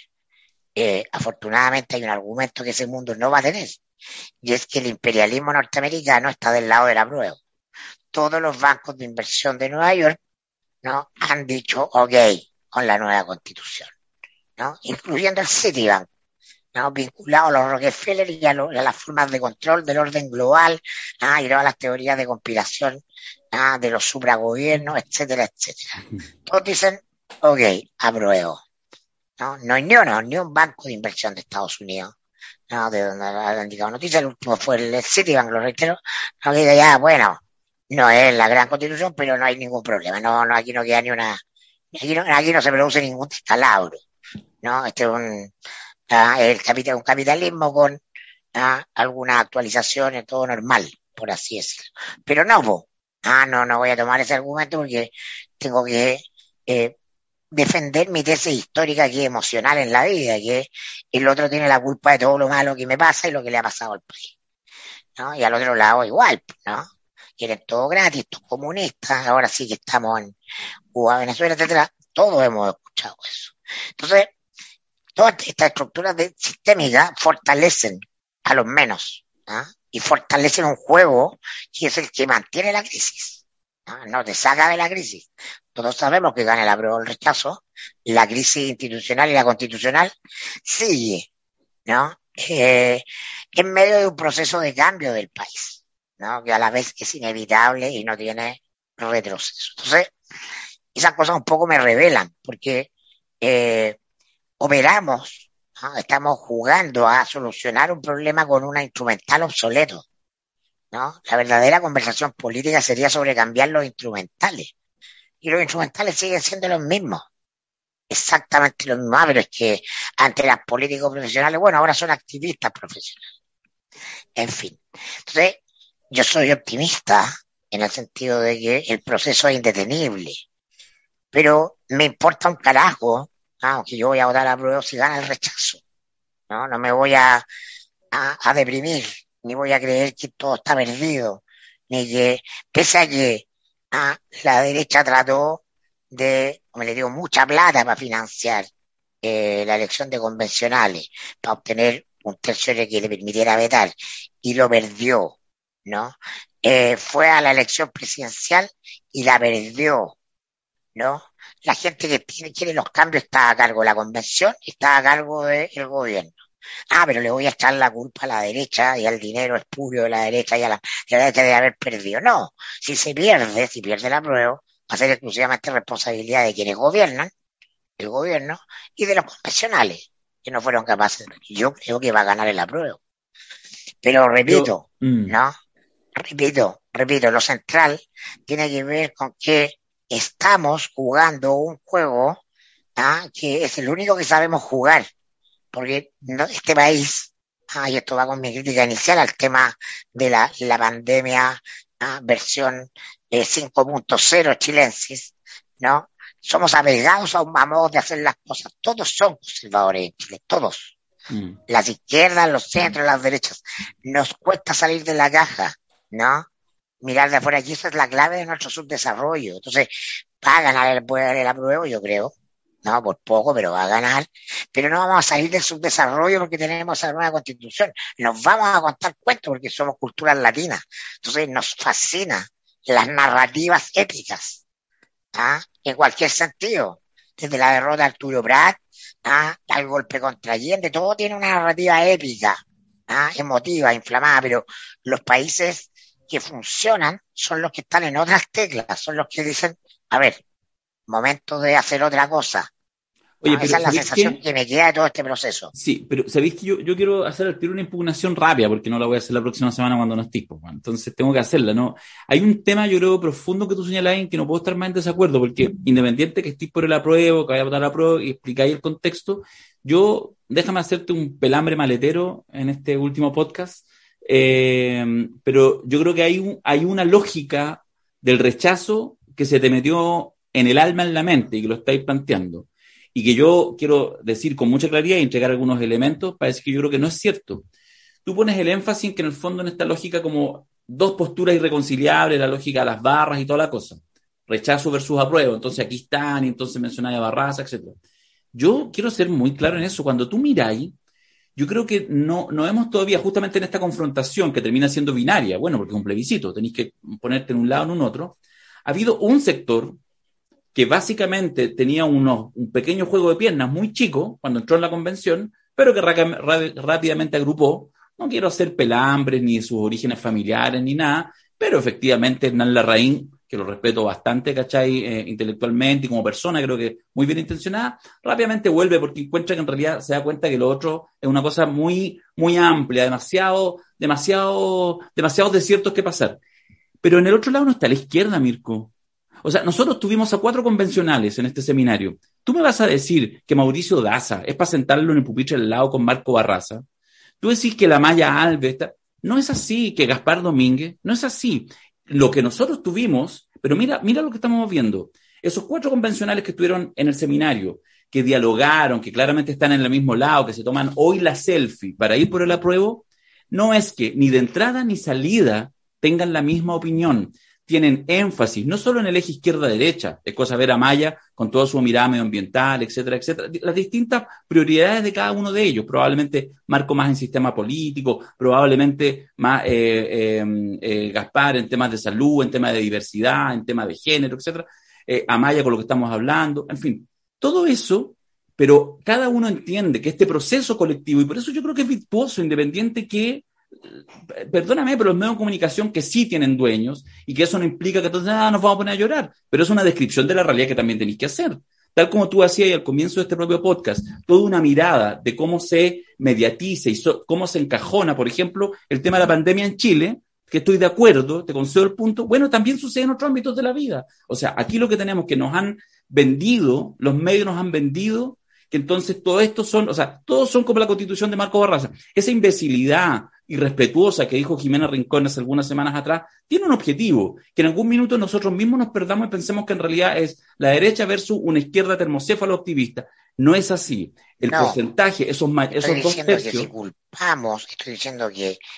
eh, afortunadamente hay un argumento que ese mundo no va a tener, y es que el imperialismo norteamericano está del lado de la prueba. Todos los bancos de inversión de Nueva York, ¿no? Han dicho ok con la nueva constitución, ¿no? Incluyendo el Citibank, ¿no? Vinculado a los Rockefeller y a, lo, a las formas de control del orden global, ¿no? Y todas las teorías de conspiración, ¿no? De los supragobiernos, etcétera, etcétera. Todos dicen ok, apruebo, ¿no? No hay ni uno, ni un banco de inversión de Estados Unidos, ¿no? De donde han indicado noticias. El último fue el Citibank, lo reitero, no queda ya, bueno, no es la gran constitución, pero no hay ningún problema, no, no, aquí no queda ni una, aquí no, aquí no se produce ningún descalabro, ¿no? Este es un, uh, el capital, un capitalismo con uh, algunas actualizaciones, todo normal, por así decirlo. Pero no, po, ah, no, no voy a tomar ese argumento porque tengo que eh, defender mi tesis histórica que es emocional en la vida, que el otro tiene la culpa de todo lo malo que me pasa y lo que le ha pasado al país, ¿no? Y al otro lado igual, ¿no? Quieren todo gratis, estos comunistas, ahora sí que estamos en Cuba, Venezuela, etcétera, todos hemos escuchado eso. Entonces, todas estas estructuras de, sistémicas fortalecen a los menos, ¿no? Y fortalecen un juego que es el que mantiene la crisis, ¿no? No te saca de la crisis. Todos sabemos que gana el apruebo o el rechazo, la crisis institucional y la constitucional sigue, ¿no? Eh, en medio de un proceso de cambio del país, ¿no? Que a la vez es inevitable y no tiene retroceso. Entonces, esas cosas un poco me revelan, porque eh, operamos, ¿no? Estamos jugando a solucionar un problema con una instrumental obsoleto, ¿no? La verdadera conversación política sería sobre cambiar los instrumentales, y los instrumentales siguen siendo los mismos, exactamente los mismos, pero es que ante las políticos profesionales, bueno, ahora son activistas profesionales. En fin, entonces, yo soy optimista en el sentido de que el proceso es indetenible, pero me importa un carajo, aunque yo voy a votar a prueba si gana el rechazo, ¿no? No me voy a, a, a deprimir ni voy a creer que todo está perdido, ni que, pese a que ah, la derecha trató de, como le digo, mucha plata para financiar eh, la elección de convencionales, para obtener un tercio que le permitiera vetar, y lo perdió, ¿no? Eh, fue a la elección presidencial y la perdió, ¿no? La gente que tiene, quiere los cambios está a cargo de la convención, está a cargo del gobierno. Ah, pero le voy a echar la culpa a la derecha y al dinero espurio de la derecha y a la, y a la derecha de haber perdido. No, si se pierde, si pierde la prueba, va a ser exclusivamente responsabilidad de quienes gobiernan, el gobierno, y de los convencionales, que no fueron capaces. Yo creo que va a ganar el apruebo. Pero repito, Yo, mm. ¿no? Repito, repito, lo central tiene que ver con que estamos jugando un juego, ¿ah? Que es el único que sabemos jugar. Porque no, este país, ah, y esto va con mi crítica inicial al tema de la, la pandemia, ah, versión eh, cinco punto cero chilensis, ¿no? Somos apegados a un modo de hacer las cosas. Todos son conservadores en Chile, todos. Mm. Las izquierdas, los centros, las derechas. Nos cuesta salir de la caja, ¿no? Mirar de afuera, y esa es la clave de nuestro subdesarrollo. Entonces, va a ganar el poder el apruebo, yo creo. No, por poco, pero va a ganar. Pero no vamos a salir del subdesarrollo porque tenemos esa nueva constitución. Nos vamos a contar cuentos porque somos culturas latinas. Entonces nos fascinan las narrativas épicas, ¿ah? En cualquier sentido. Desde la derrota de Arturo Prat, ¿ah? Al golpe contra Allende, todo tiene una narrativa épica, ¿ah? Emotiva, inflamada, pero los países que funcionan son los que están en otras teclas, son los que dicen, a ver, momento de hacer otra cosa. Oye, ¿no? pero esa es la sensación que... que me queda de todo este proceso. Sí, pero sabéis que yo, yo quiero hacer al tiro una impugnación rápida, porque no la voy a hacer la próxima semana cuando no esté, pues, bueno, entonces tengo que hacerla, ¿no? Hay un tema, yo creo, profundo que tú señalas en que no puedo estar más en desacuerdo, porque independiente que estés por el apruebo, que vaya a votar apruebo y explicáis el contexto, yo, déjame hacerte un pelambre maletero en este último podcast, eh, pero yo creo que hay, un, hay una lógica del rechazo que se te metió en el alma, en la mente, y que lo estáis planteando. Y que yo quiero decir con mucha claridad y entregar algunos elementos para decir que yo creo que no es cierto. Tú pones el énfasis en que en el fondo en esta lógica como dos posturas irreconciliables, la lógica de las barras y toda la cosa. Rechazo versus apruebo. Entonces aquí están y entonces mencionáis a Barraza, etcétera. Yo quiero ser muy claro en eso. Cuando tú miráis, yo creo que no, no hemos todavía justamente en esta confrontación que termina siendo binaria. Bueno, porque es un plebiscito. Tenéis que ponerte en un lado o en un otro. Ha habido un sector que básicamente tenía unos, un pequeño juego de piernas muy chico cuando entró en la convención, pero que rápidamente agrupó. No quiero hacer pelambres ni de sus orígenes familiares ni nada, pero efectivamente Hernán Larraín, que lo respeto bastante, ¿cachai? Eh, intelectualmente y como persona, creo que muy bien intencionada, rápidamente vuelve porque encuentra que en realidad se da cuenta que lo otro es una cosa muy, muy amplia, demasiado, demasiado, demasiados desiertos que pasar. Pero en el otro lado no está la izquierda, Mirko. O sea, nosotros tuvimos a cuatro convencionales en este seminario. ¿Tú me vas a decir que Mauricio Daza es para sentarlo en el pupitre al lado con Marco Barraza? ¿Tú decís que la Maya Alves está... No es así, que Gaspar Domínguez, no es así. Lo que nosotros tuvimos, pero mira, mira lo que estamos viendo. Esos cuatro convencionales que estuvieron en el seminario, que dialogaron, que claramente están en el mismo lado, que se toman hoy la selfie para ir por el apruebo, no es que ni de entrada ni salida tengan la misma opinión. Tienen énfasis, no solo en el eje izquierda-derecha, es cosa ver a Maya con toda su mirada medioambiental, etcétera, etcétera, las distintas prioridades de cada uno de ellos, probablemente Marco más en sistema político, probablemente más eh, eh, eh, Gaspar en temas de salud, en temas de diversidad, en temas de género, etcétera, eh, Amaya con lo que estamos hablando, en fin, todo eso, pero cada uno entiende que este proceso colectivo, y por eso yo creo que es virtuoso, independiente que perdóname, pero los medios de comunicación que sí tienen dueños y que eso no implica que entonces ah, nos vamos a poner a llorar, pero es una descripción de la realidad que también tenéis que hacer. Tal como tú hacías al comienzo de este propio podcast, toda una mirada de cómo se mediatiza y so, cómo se encajona, por ejemplo, el tema de la pandemia en Chile, que estoy de acuerdo, te concedo el punto, bueno, también sucede en otros ámbitos de la vida. O sea, aquí lo que tenemos que nos han vendido, los medios nos han vendido, que entonces todo esto son, o sea, todos son como la Constitución de Marco Barraza. Esa imbecilidad irrespetuosa que dijo Jimena Rincón hace algunas semanas atrás, tiene un objetivo, que en algún minuto nosotros mismos nos perdamos y pensemos que en realidad es la derecha versus una izquierda termocéfala optimista. No es así. El no, porcentaje, esos, esos dos tercios... Que si culpamos, estoy diciendo que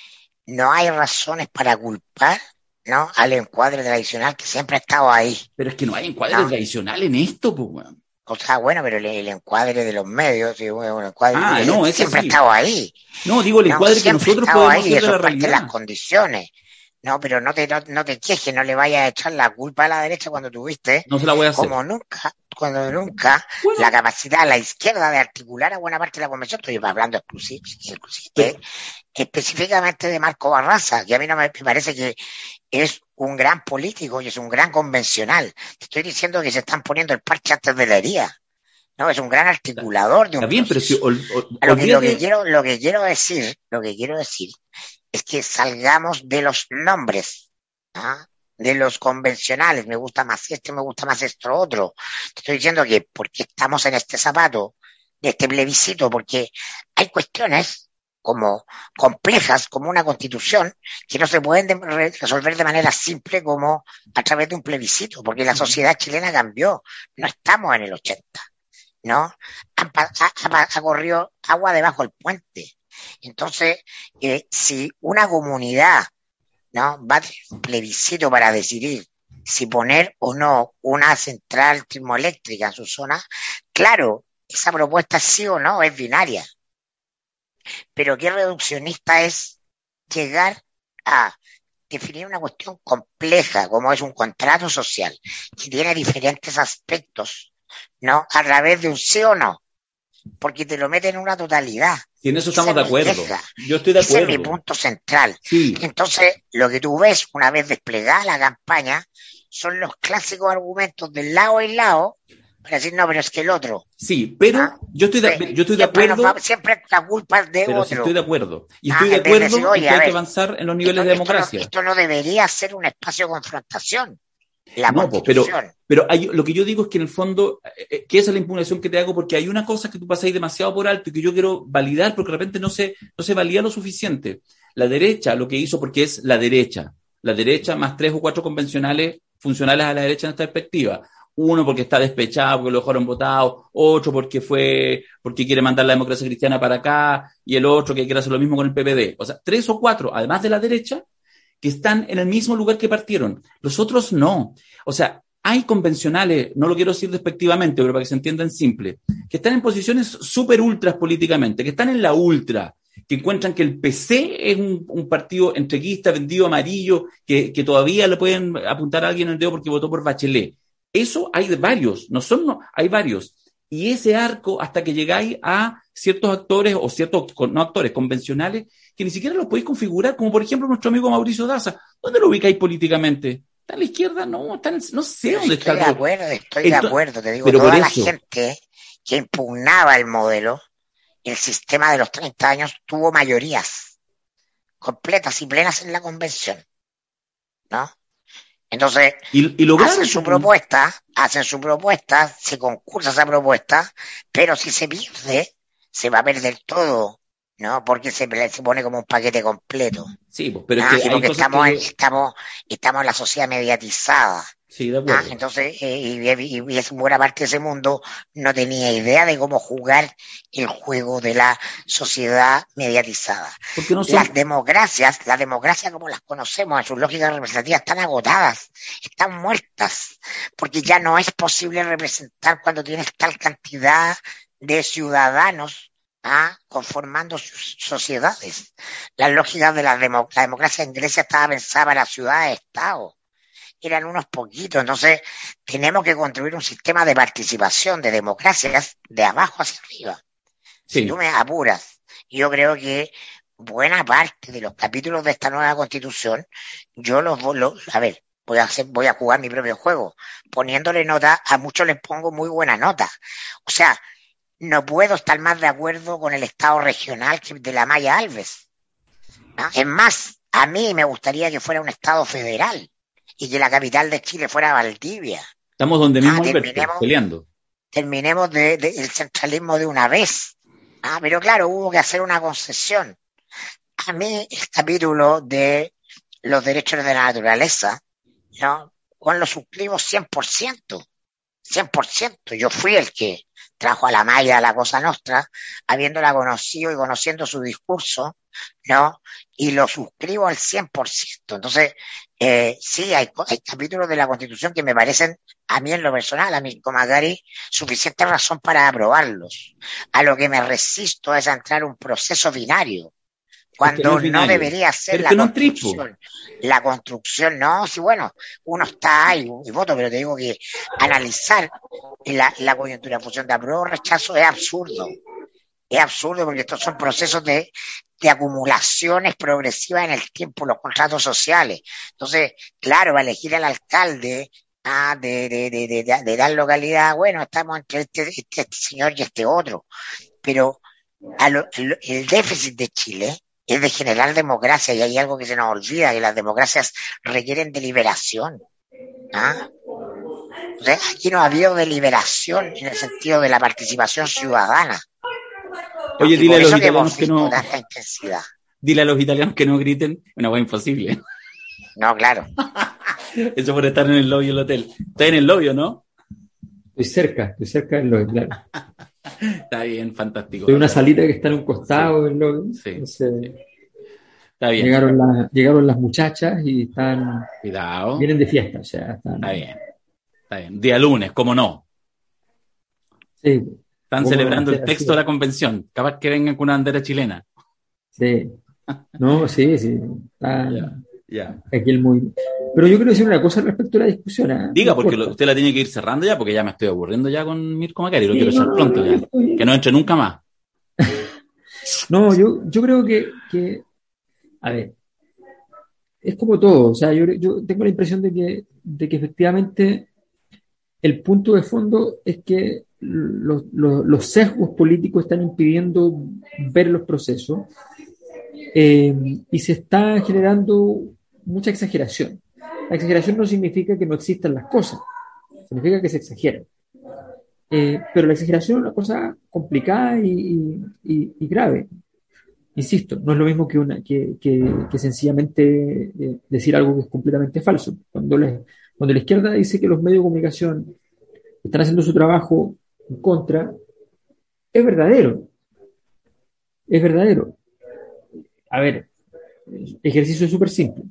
no hay razones para culpar, ¿no?, al encuadre tradicional que siempre ha estado ahí. Pero es que no hay encuadre ¿no? tradicional en esto, pues, weón. O sea, bueno, pero el, el encuadre de los medios, sí, bueno, el encuadre Ah, de, no, ese siempre sí. ha estado ahí. No, digo el No, encuadre que siempre ha nosotros estado podemos ahí, hacer de eso la es parte de las realidad. condiciones. No, pero no te, no, no te quejes, no le vayas a echar la culpa a la derecha cuando tuviste, No se la voy a hacer. como nunca, cuando nunca, Bueno, la capacidad a la izquierda de articular a buena parte de la convención. Estoy hablando exclusiv, exclusiv, pero, eh, específicamente de Marco Barraza, que a mí no me, me parece que es un gran político y es un gran convencional. Te estoy diciendo que se están poniendo el parche antes de la herida. No, es un gran articulador de un está bien, pero si proceso. ol, ol, A lo que, lo que olvídate, quiero, lo que quiero decir, lo que quiero decir es que salgamos de los nombres, ¿ah?, de los convencionales. Me gusta más este, me gusta más esto otro. Te estoy diciendo que porque estamos en este zapato de este plebiscito, porque hay cuestiones como complejas, como una constitución, que no se pueden de, re, resolver de manera simple como a través de un plebiscito, porque la sociedad chilena cambió. No estamos en el ochenta. ¿No? Ha, ha, ha corrido agua debajo del puente. Entonces, eh, si una comunidad, ¿no?, va a tener un plebiscito para decidir si poner o no una central termoeléctrica en su zona, claro, esa propuesta sí o no es binaria. Pero qué reduccionista es llegar a definir una cuestión compleja como es un contrato social que tiene diferentes aspectos, ¿no?, a través de un sí o no, porque te lo meten en una totalidad. Y en eso estamos de acuerdo. Queja. Yo estoy de Ese acuerdo. es mi punto central. Sí. Entonces, lo que tú ves una vez desplegada la campaña son los clásicos argumentos del lado y lado para decir, no, pero es que el otro. Sí, pero ¿Ah? yo estoy de, Sí, yo estoy de siempre acuerdo. nos va, siempre la culpa es de pero otro. sí estoy de acuerdo. Y Ah, estoy de en vez de acuerdo decir, oye, en que a hay que ver, avanzar en los niveles esto, de esto no, democracia. esto no debería ser un espacio de confrontación. La No, po, pero, constitución. pero hay, lo que yo digo es que en el fondo, eh, que esa es la impugnación que te hago, porque hay una cosa que tú pasáis demasiado por alto y que yo quiero validar porque de repente no se, no se valida lo suficiente. La derecha lo que hizo, porque es la derecha, la derecha más tres o cuatro convencionales funcionales a la derecha en esta perspectiva. Uno porque está despechado, porque lo dejaron votado, otro porque fue, porque quiere mandar la democracia cristiana para acá, y el otro que quiere hacer lo mismo con el P P D. O sea, tres o cuatro, además de la derecha, que están en el mismo lugar que partieron. Los otros no. O sea, hay convencionales, no lo quiero decir despectivamente, pero para que se entienda en simple, que están en posiciones súper ultras políticamente, que están en la ultra, que encuentran que el P C es un, un partido entreguista, vendido amarillo, que, que todavía le pueden apuntar a alguien en el dedo porque votó por Bachelet. Eso hay de varios, no son, no, hay varios. Y ese arco, hasta que llegáis a ciertos actores o ciertos, no actores, convencionales, que ni siquiera los podéis configurar, como por ejemplo nuestro amigo Mauricio Daza. ¿Dónde lo ubicáis políticamente? ¿Está a la izquierda? No, está en, no sé pero dónde estoy está. De acuerdo, estoy Entonces, de acuerdo, te digo, pero toda por la eso, gente que impugnaba el modelo, el sistema de los treinta años, tuvo mayorías completas y plenas en la convención, ¿no? Entonces, y, y lograron, hacen su propuesta, hacen su propuesta, se concursa esa propuesta, pero si se pierde, se va a perder todo, ¿no? Porque se, se pone como un paquete completo. Sí, pues, pero ¿Ah? es que Y hay porque cosas estamos, que en, yo... estamos, estamos en la sociedad mediatizada. Sí, de acuerdo. ¿Ah? Entonces, eh, y, y, y es buena parte de ese mundo no tenía idea de cómo jugar el juego de la sociedad mediatizada. Porque no son... Las democracias, las democracias como las conocemos en sus lógicas representativas están agotadas, están muertas, porque ya no es posible representar cuando tienes tal cantidad de ciudadanos, ¿ah?, conformando sus sociedades. Las lógicas de la, demo, la democracia inglesa estaba pensada para ciudades-estado. Eran unos poquitos, entonces tenemos que construir un sistema de participación, de democracias, de abajo hacia arriba. Sí. Si tú me apuras, yo creo que buena parte de los capítulos de esta nueva constitución, yo los voy, a ver, voy a hacer, voy a jugar mi propio juego, poniéndole nota, a muchos les pongo muy buena nota. O sea, no puedo estar más de acuerdo con el Estado regional que de la Maya Alves, ¿no? Es más, a mí me gustaría que fuera un Estado federal y que la capital de Chile fuera Valdivia. Estamos donde mismo, ah, Alberto, terminemos, peleando. Terminemos de, de, el centralismo de una vez. Ah, pero claro, hubo que hacer una concesión. A mí el capítulo de los derechos de la naturaleza, ¿no?, con lo suscribo cien por ciento. cien por ciento. Yo fui el que trajo a la malla a la Cosa Nostra, habiéndola conocido y conociendo su discurso, ¿no? Y lo suscribo al cien por ciento. Entonces, eh, sí, hay, hay capítulos de la Constitución que me parecen, a mí en lo personal, a mí como a Gary, suficiente razón para aprobarlos. A lo que me resisto es a entrar a un proceso binario, cuando es que no, es no debería ser pero la que no construcción. La construcción, no, sí, bueno, uno está ahí y voto, pero te digo que analizar la, la coyuntura en función de apruebo o rechazo es absurdo. Es absurdo porque estos son procesos de, de acumulaciones progresivas en el tiempo, los contratos sociales. Entonces, claro, va a elegir al alcalde ah, de, de, de, de, de, de tal localidad, bueno, estamos entre este, este, este señor y este otro. Pero a lo, el déficit de Chile es de generar democracia, y hay algo que se nos olvida, que las democracias requieren deliberación. ¿Ah? O sea, aquí no ha habido deliberación en el sentido de la participación ciudadana. Oye, Y dile por a los eso que hemos italianos que visto no, tanta intensidad. dile a los italianos que no griten, una cosa imposible. No, claro. Eso por estar en el lobby del hotel. ¿Estás en el lobby, no? Estoy cerca, estoy cerca del lobby, claro. Está bien, fantástico. Hay una salita que está en un costado del lobby. Sí, Entonces, sí. Está bien. Llegaron, la, llegaron las muchachas y están. Cuidado. Vienen de fiesta, o sea, están. Está bien. Está bien. Día lunes, ¿cómo no? Sí. Están ¿Cómo celebrando no? el texto de la convención. Capaz que vengan con una bandera chilena. Sí. No, sí, sí. Está Ya, ya. aquí el movimiento. Pero yo quiero decir una cosa respecto a la discusión. ¿eh? Diga, No porque importa. lo- usted la tiene que ir cerrando ya, porque ya me estoy aburriendo ya con Mirko Macari. Lo Sí, quiero no, hacer no, pronto no, ya. estoy- Que no entre nunca más. No, yo, yo creo que, que, a ver, es como todo, o sea, yo, yo tengo la impresión de que, de que efectivamente el punto de fondo es que los, los, los sesgos políticos están impidiendo ver los procesos eh, y se está generando mucha exageración. La exageración no significa que no existan las cosas, significa que se exageran. Eh, pero la exageración es una cosa complicada y, y, y, y grave. Insisto, no es lo mismo que, una, que, que, que sencillamente eh, decir algo que es completamente falso. Cuando la, cuando la izquierda dice que los medios de comunicación están haciendo su trabajo en contra, es verdadero. Es verdadero. A ver, el ejercicio es súper simple.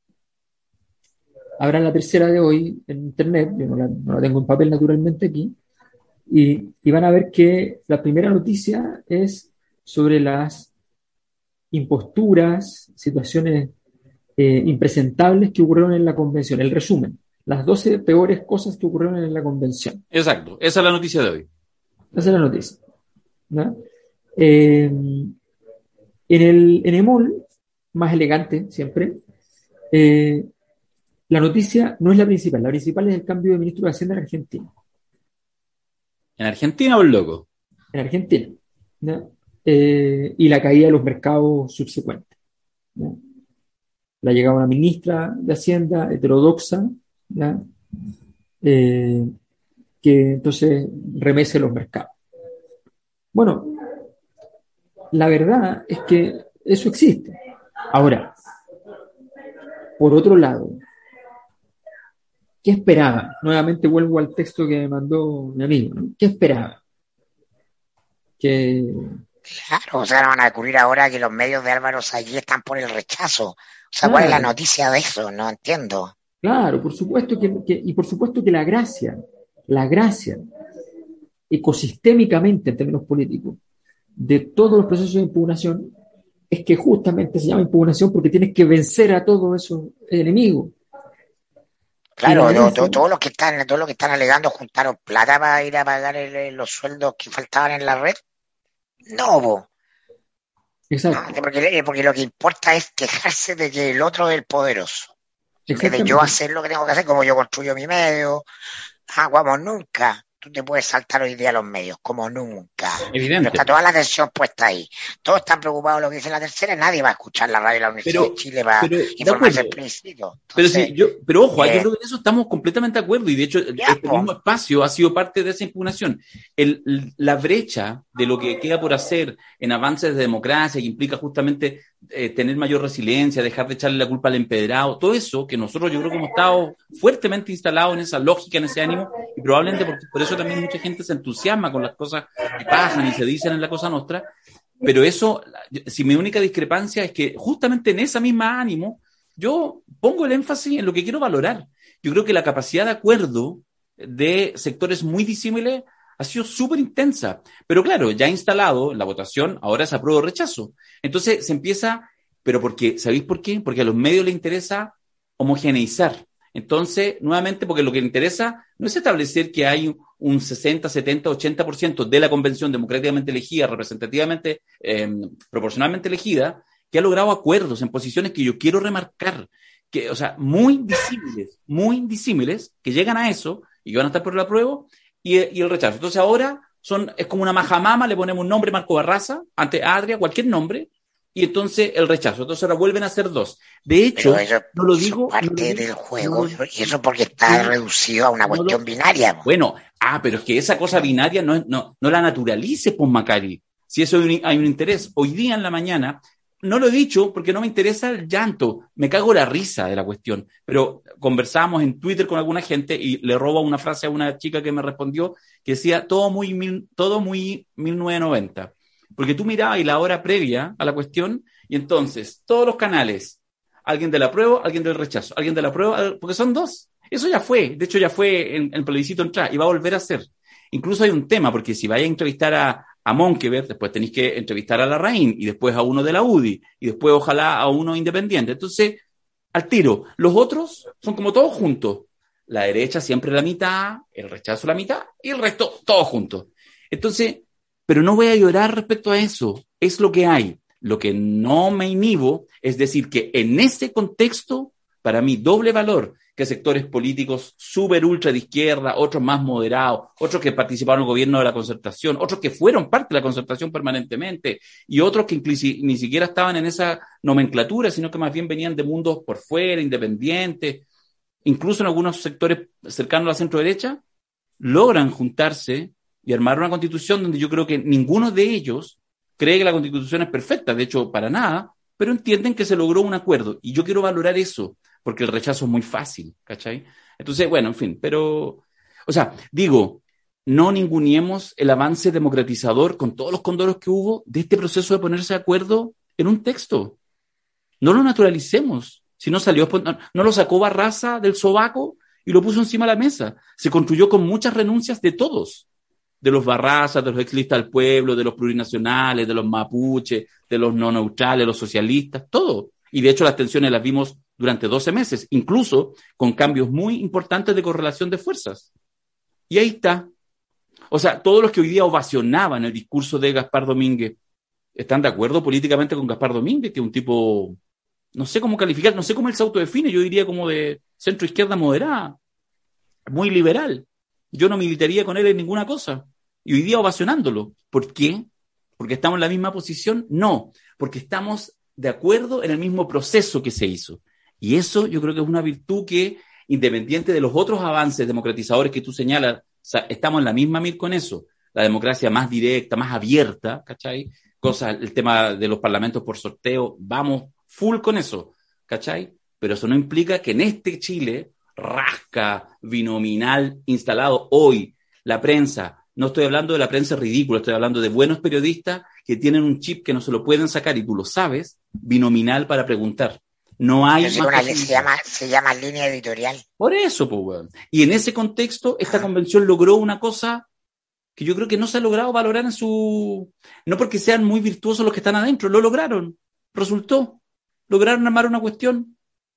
Abran la tercera de hoy en internet, yo no la, no la tengo en papel naturalmente aquí, y, y van a ver que la primera noticia es sobre las imposturas, situaciones eh, impresentables que ocurrieron en la convención. El resumen, las doce peores cosas que ocurrieron en la convención. Exacto. Esa es la noticia de hoy. Esa es la noticia. ¿No? Eh, en el en Emol, más elegante siempre, eh, la noticia no es la principal. La principal es el cambio de ministro de Hacienda en Argentina. ¿En Argentina o el loco? En Argentina. ¿No? Eh, y la caída de los mercados subsecuentes. ¿No? La llegada de una ministra de Hacienda heterodoxa, ¿ya? Eh, que entonces remece los mercados. Bueno, la verdad es que eso existe. Ahora, por otro lado, ¿qué esperaba? Nuevamente vuelvo al texto que me mandó mi amigo, ¿no? ¿Qué esperaba? Que Claro, o sea, no van a ocurrir ahora que los medios de Álvaro Sayí están por el rechazo. O sea, ¿cuál es la Claro. noticia de eso? No entiendo. Claro, por supuesto que, que- y por supuesto que la gracia, la gracia, ecosistémicamente en términos políticos, de todos los procesos de impugnación, es que justamente se llama impugnación porque tienes que vencer a todos esos enemigos. Claro, Y la to- gracia- to- todos los que están, todos los que están alegando juntaron plata para ir a pagar el- los sueldos que faltaban en la red. No, bo. Exacto, No, porque, porque lo que importa es quejarse de que el otro es el poderoso. En vez de exactamente. yo hacer lo que tengo que hacer, como yo construyo mi medio. Ah, vamos, nunca. Tú te puedes saltar hoy día los medios, como nunca. Pero Evidente. está toda la atención puesta ahí. Todos están preocupados de lo que dice la tercera, nadie va a escuchar la radio de la Universidad Pero- de Chile para pero, de informarse acuerdo. en principio. Pero, Entonces, sí, yo, pero ojo, eh, yo creo que en eso estamos completamente de acuerdo y de hecho Ya, este po. mismo espacio ha sido parte de esa impugnación. El, l- la brecha de lo que queda por hacer en avances de democracia que implica justamente eh, tener mayor resiliencia, dejar de echarle la culpa al empedrado, todo eso que nosotros yo creo que hemos estado fuertemente instalados en esa lógica, en ese ánimo, y probablemente porque, por eso también mucha gente se entusiasma con las cosas que pasan y se dicen en la Cosa Nostra, pero eso, si mi única discrepancia es que justamente en esa misma ánimo, yo pongo el énfasis en lo que quiero valorar. Yo creo que la capacidad de acuerdo de sectores muy disímiles ha sido súper intensa, pero claro, ya instalado en la votación, ahora es apruebo o rechazo. Entonces se empieza, pero porque, ¿sabéis por qué? Porque a los medios les interesa homogeneizar. Entonces, nuevamente, porque lo que les interesa no es establecer que hay un sesenta, setenta, ochenta por ciento de la convención democráticamente elegida, representativamente, eh, proporcionalmente elegida, que ha logrado acuerdos en posiciones que yo quiero remarcar, que, o sea, muy disímiles, muy disímiles, que llegan a eso y que van a estar por el apruebo y, y el rechazo. Entonces ahora son, es como una majamama, le ponemos un nombre, Marco Barraza, ante Adria, cualquier nombre, y entonces el rechazo. Entonces ahora vuelven a ser dos. De hecho, eso, no lo digo... parte no lo digo, del juego, no lo, y eso porque está no, reducido a una no cuestión lo, binaria. Bueno, ah, pero es que esa cosa binaria no, no, no la naturalice, pues, Macari. Si eso hay un, hay un interés. Hoy día en la mañana, no lo he dicho porque no me interesa el llanto, me cago la risa de la cuestión, pero conversamos en Twitter con alguna gente y le robo una frase a una chica que me respondió que decía todo muy, mil, todo muy mil novecientos noventa. Porque tú mirabas y la hora previa a la cuestión, y entonces todos los canales, alguien del apruebo, alguien del rechazo, alguien del apruebo, porque son dos. Eso ya fue, de hecho ya fue en el plebiscito entrar y va a volver a ser. Incluso hay un tema, porque si vais a entrevistar a, a Monkeberg, después tenéis que entrevistar a Larraín, y después a uno de la U D I, y después ojalá a uno independiente. Entonces, al tiro, los otros son como todos juntos. La derecha siempre la mitad, el rechazo la mitad, y el resto todos juntos. Entonces, pero no voy a llorar respecto a eso, es lo que hay. Lo que no me inhibo es decir que en ese contexto, para mí, doble valor que sectores políticos súper ultra de izquierda, otros más moderados, otros que participaron en el gobierno de la concertación, otros que fueron parte de la concertación permanentemente, y otros que incluso ni siquiera estaban en esa nomenclatura, sino que más bien venían de mundos por fuera, independientes, incluso en algunos sectores cercanos a la centro derecha, logran juntarse y armar una constitución donde yo creo que ninguno de ellos cree que la constitución es perfecta, de hecho, para nada, pero entienden que se logró un acuerdo. Y yo quiero valorar eso, porque el rechazo es muy fácil, ¿cachai? Entonces, bueno, en fin, pero, o sea, digo, no ninguneemos el avance democratizador con todos los condoros que hubo de este proceso de ponerse de acuerdo en un texto. No lo naturalicemos. Si no salió, no lo sacó Barraza del sobaco y lo puso encima de la mesa. Se construyó con muchas renuncias de todos. De los Barrazas, de los exlistas del pueblo, de los plurinacionales, de los mapuches, de los no neutrales, los socialistas, todo. Y de hecho las tensiones las vimos durante doce meses, incluso con cambios muy importantes de correlación de fuerzas. Y ahí está. O sea, todos los que hoy día ovacionaban el discurso de Gaspar Domínguez, ¿están de acuerdo políticamente con Gaspar Domínguez? Que es un tipo, no sé cómo calificar, no sé cómo él se autodefine, yo diría como de centro-izquierda moderada, muy liberal. Yo no militaría con él en ninguna cosa. Y hoy día ovacionándolo. ¿Por qué? ¿Porque estamos en la misma posición? No, porque estamos de acuerdo en el mismo proceso que se hizo. Y eso yo creo que es una virtud que, independiente de los otros avances democratizadores que tú señalas, o sea, estamos en la misma mir con eso. La democracia más directa, más abierta, ¿cachai? Cosas, el tema de los parlamentos por sorteo, vamos full con eso, ¿cachai? Pero eso no implica que en este Chile rasca, binominal, instalado hoy, la prensa, no estoy hablando de la prensa ridícula, estoy hablando de buenos periodistas que tienen un chip que no se lo pueden sacar, y tú lo sabes, binominal para preguntar. No hay más una, se, llama, se llama línea editorial. Por eso, pues, bueno. Y en ese contexto, esta convención logró una cosa que yo creo que no se ha logrado valorar en su... No porque sean muy virtuosos los que están adentro, lo lograron, resultó. Lograron armar una cuestión,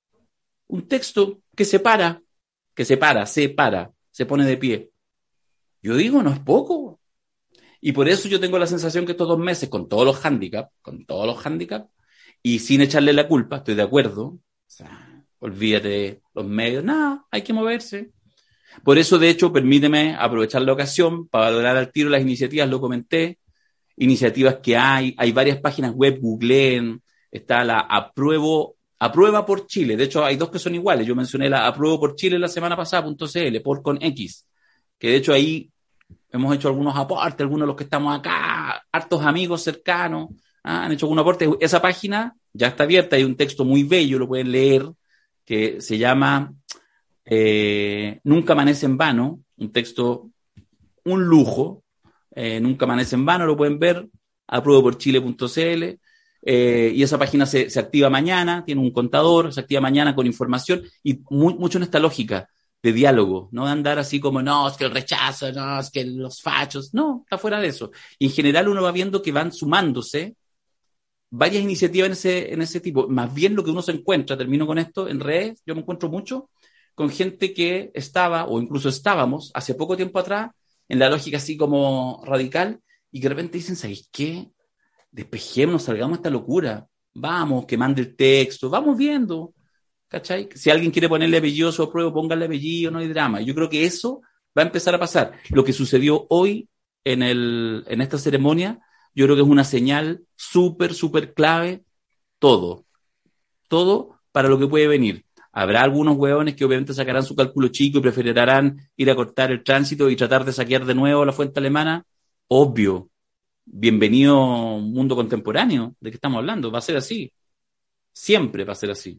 un texto que se para, que se para, se para, se pone de pie. Yo digo, no es poco. Y por eso yo tengo la sensación que estos dos meses, con todos los hándicaps, con todos los hándicaps, y sin echarle la culpa, estoy de acuerdo, o sea, olvídate de los medios, nada, hay que moverse. Por eso, de hecho, permíteme aprovechar la ocasión para valorar al tiro las iniciativas, lo comenté, iniciativas que hay, hay varias páginas web, googleen, está la Apruebo, Aprueba por Chile, de hecho hay dos que son iguales, yo mencioné la Apruebo por Chile la semana pasada, punto .cl, por con X, que de hecho ahí hemos hecho algunos aportes, algunos de los que estamos acá, hartos amigos cercanos, ¿ah? Han hecho algún aporte. Esa página ya está abierta, hay un texto muy bello, lo pueden leer, que se llama eh, Nunca amanece en vano, un texto, un lujo, eh, Nunca amanece en vano, lo pueden ver, apruebo por chile punto c l, eh, y esa página se, se activa mañana, tiene un contador, se activa mañana con información, y muy, mucho en esta lógica de diálogo, no de andar así como, no, es que el rechazo, no, es que los fachos, no, está fuera de eso. Y en general uno va viendo que van sumándose varias iniciativas en ese, en ese tipo. Más bien lo que uno se encuentra, termino con esto, en redes, yo me encuentro mucho con gente que estaba, o incluso estábamos, hace poco tiempo atrás, en la lógica así como radical, y que de repente dicen, ¿sabéis qué? Despejémonos, salgamos de esta locura, vamos, que mande el texto, vamos viendo, ¿cachai? Si alguien quiere ponerle apellido a su apruebo, póngale apellido, no hay drama. Yo creo que eso va a empezar a pasar. Lo que sucedió hoy en, el, en esta ceremonia, yo creo que es una señal súper, súper clave, todo, todo para lo que puede venir. Habrá algunos hueones que obviamente sacarán su cálculo chico y preferirán ir a cortar el tránsito y tratar de saquear de nuevo la fuente alemana, obvio. Bienvenido mundo contemporáneo, ¿de qué estamos hablando? Va a ser así, siempre va a ser así.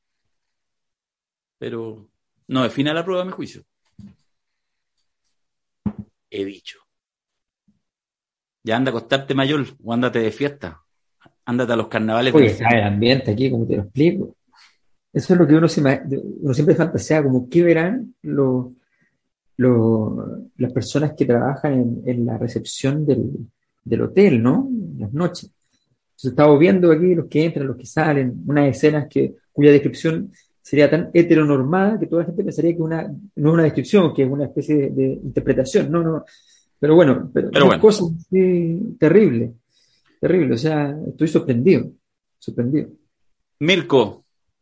Pero no defina la prueba a mi juicio. He dicho. Ya anda a acostarte mayor o ándate de fiesta. Ándate a los carnavales. Oye, está el ambiente aquí, como te lo explico. Eso es lo que uno, se, uno siempre fantasea, como qué verán los, los, las personas que trabajan en, en la recepción del, del hotel, ¿no? Las noches. Entonces estamos viendo aquí los que entran, los que salen, unas escenas que, cuya descripción sería tan heteronormada que toda la gente pensaría que una, no es una descripción, que es una especie de, de interpretación. No, no. Pero bueno, pero, pero bueno. cosas sí, terrible, terrible. O sea, estoy sorprendido, sorprendido. Mirko,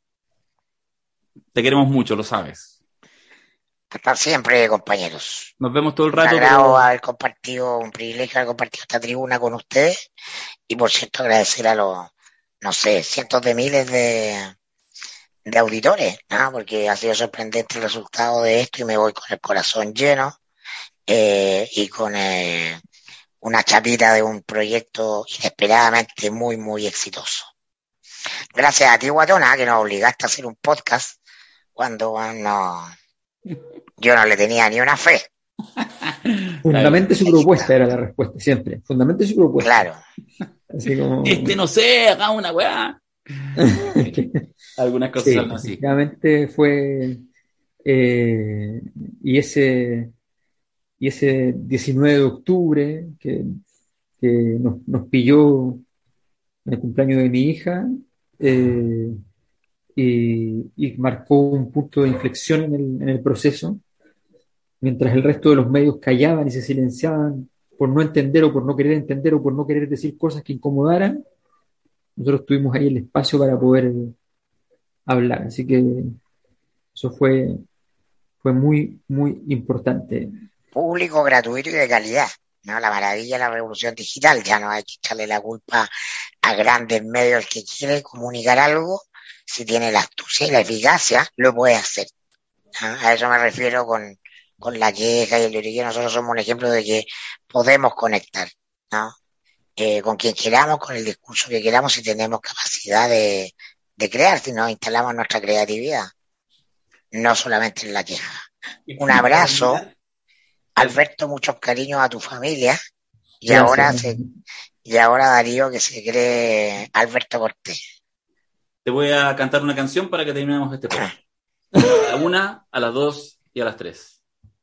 te queremos mucho, lo sabes. Hasta siempre, compañeros. Nos vemos todo el rato. Un agrado pero... haber compartido, un privilegio haber compartido esta tribuna con ustedes. Y por cierto, agradecer a los, no sé, cientos de miles de, de auditores, ¿no? Porque ha sido sorprendente el resultado de esto y me voy con el corazón lleno eh, y con eh, una chapita de un proyecto inesperadamente muy, muy exitoso. Gracias a ti, Guatona, que nos obligaste a hacer un podcast cuando no, yo no le tenía ni una fe. Fundamente su propuesta era la respuesta, siempre. Fundamente su propuesta. Claro. Así como... Este no sé, haga una weá. Algunas cosas sí, así. efectivamente fue eh, y ese y ese diecinueve de octubre que, que nos, nos pilló en el cumpleaños de mi hija eh, y, y marcó un punto de inflexión en el, en el proceso, mientras el resto de los medios callaban y se silenciaban por no entender o por no querer entender o por no querer decir cosas que incomodaran. Nosotros tuvimos ahí el espacio para poder hablar, así que eso fue, fue muy, muy importante. Público, gratuito y de calidad, ¿no? La maravilla de la revolución digital, ya no hay que echarle la culpa a grandes medios. El que quiere comunicar algo, si tiene la astucia y la eficacia, lo puede hacer, ¿no? A eso me refiero con, con la queja y el lloriqueo. Nosotros somos un ejemplo de que podemos conectar, ¿no? Eh, con quien queramos, con el discurso que queramos, si tenemos capacidad de, de crear, si nos instalamos nuestra creatividad, no solamente en la queja. Un abrazo, Alberto, muchos cariños a tu familia, y Gracias. ahora se, y ahora Darío, que se cree Alberto Cortés. Te voy a cantar una canción para que terminemos este programa. A la una, a las dos y a las tres.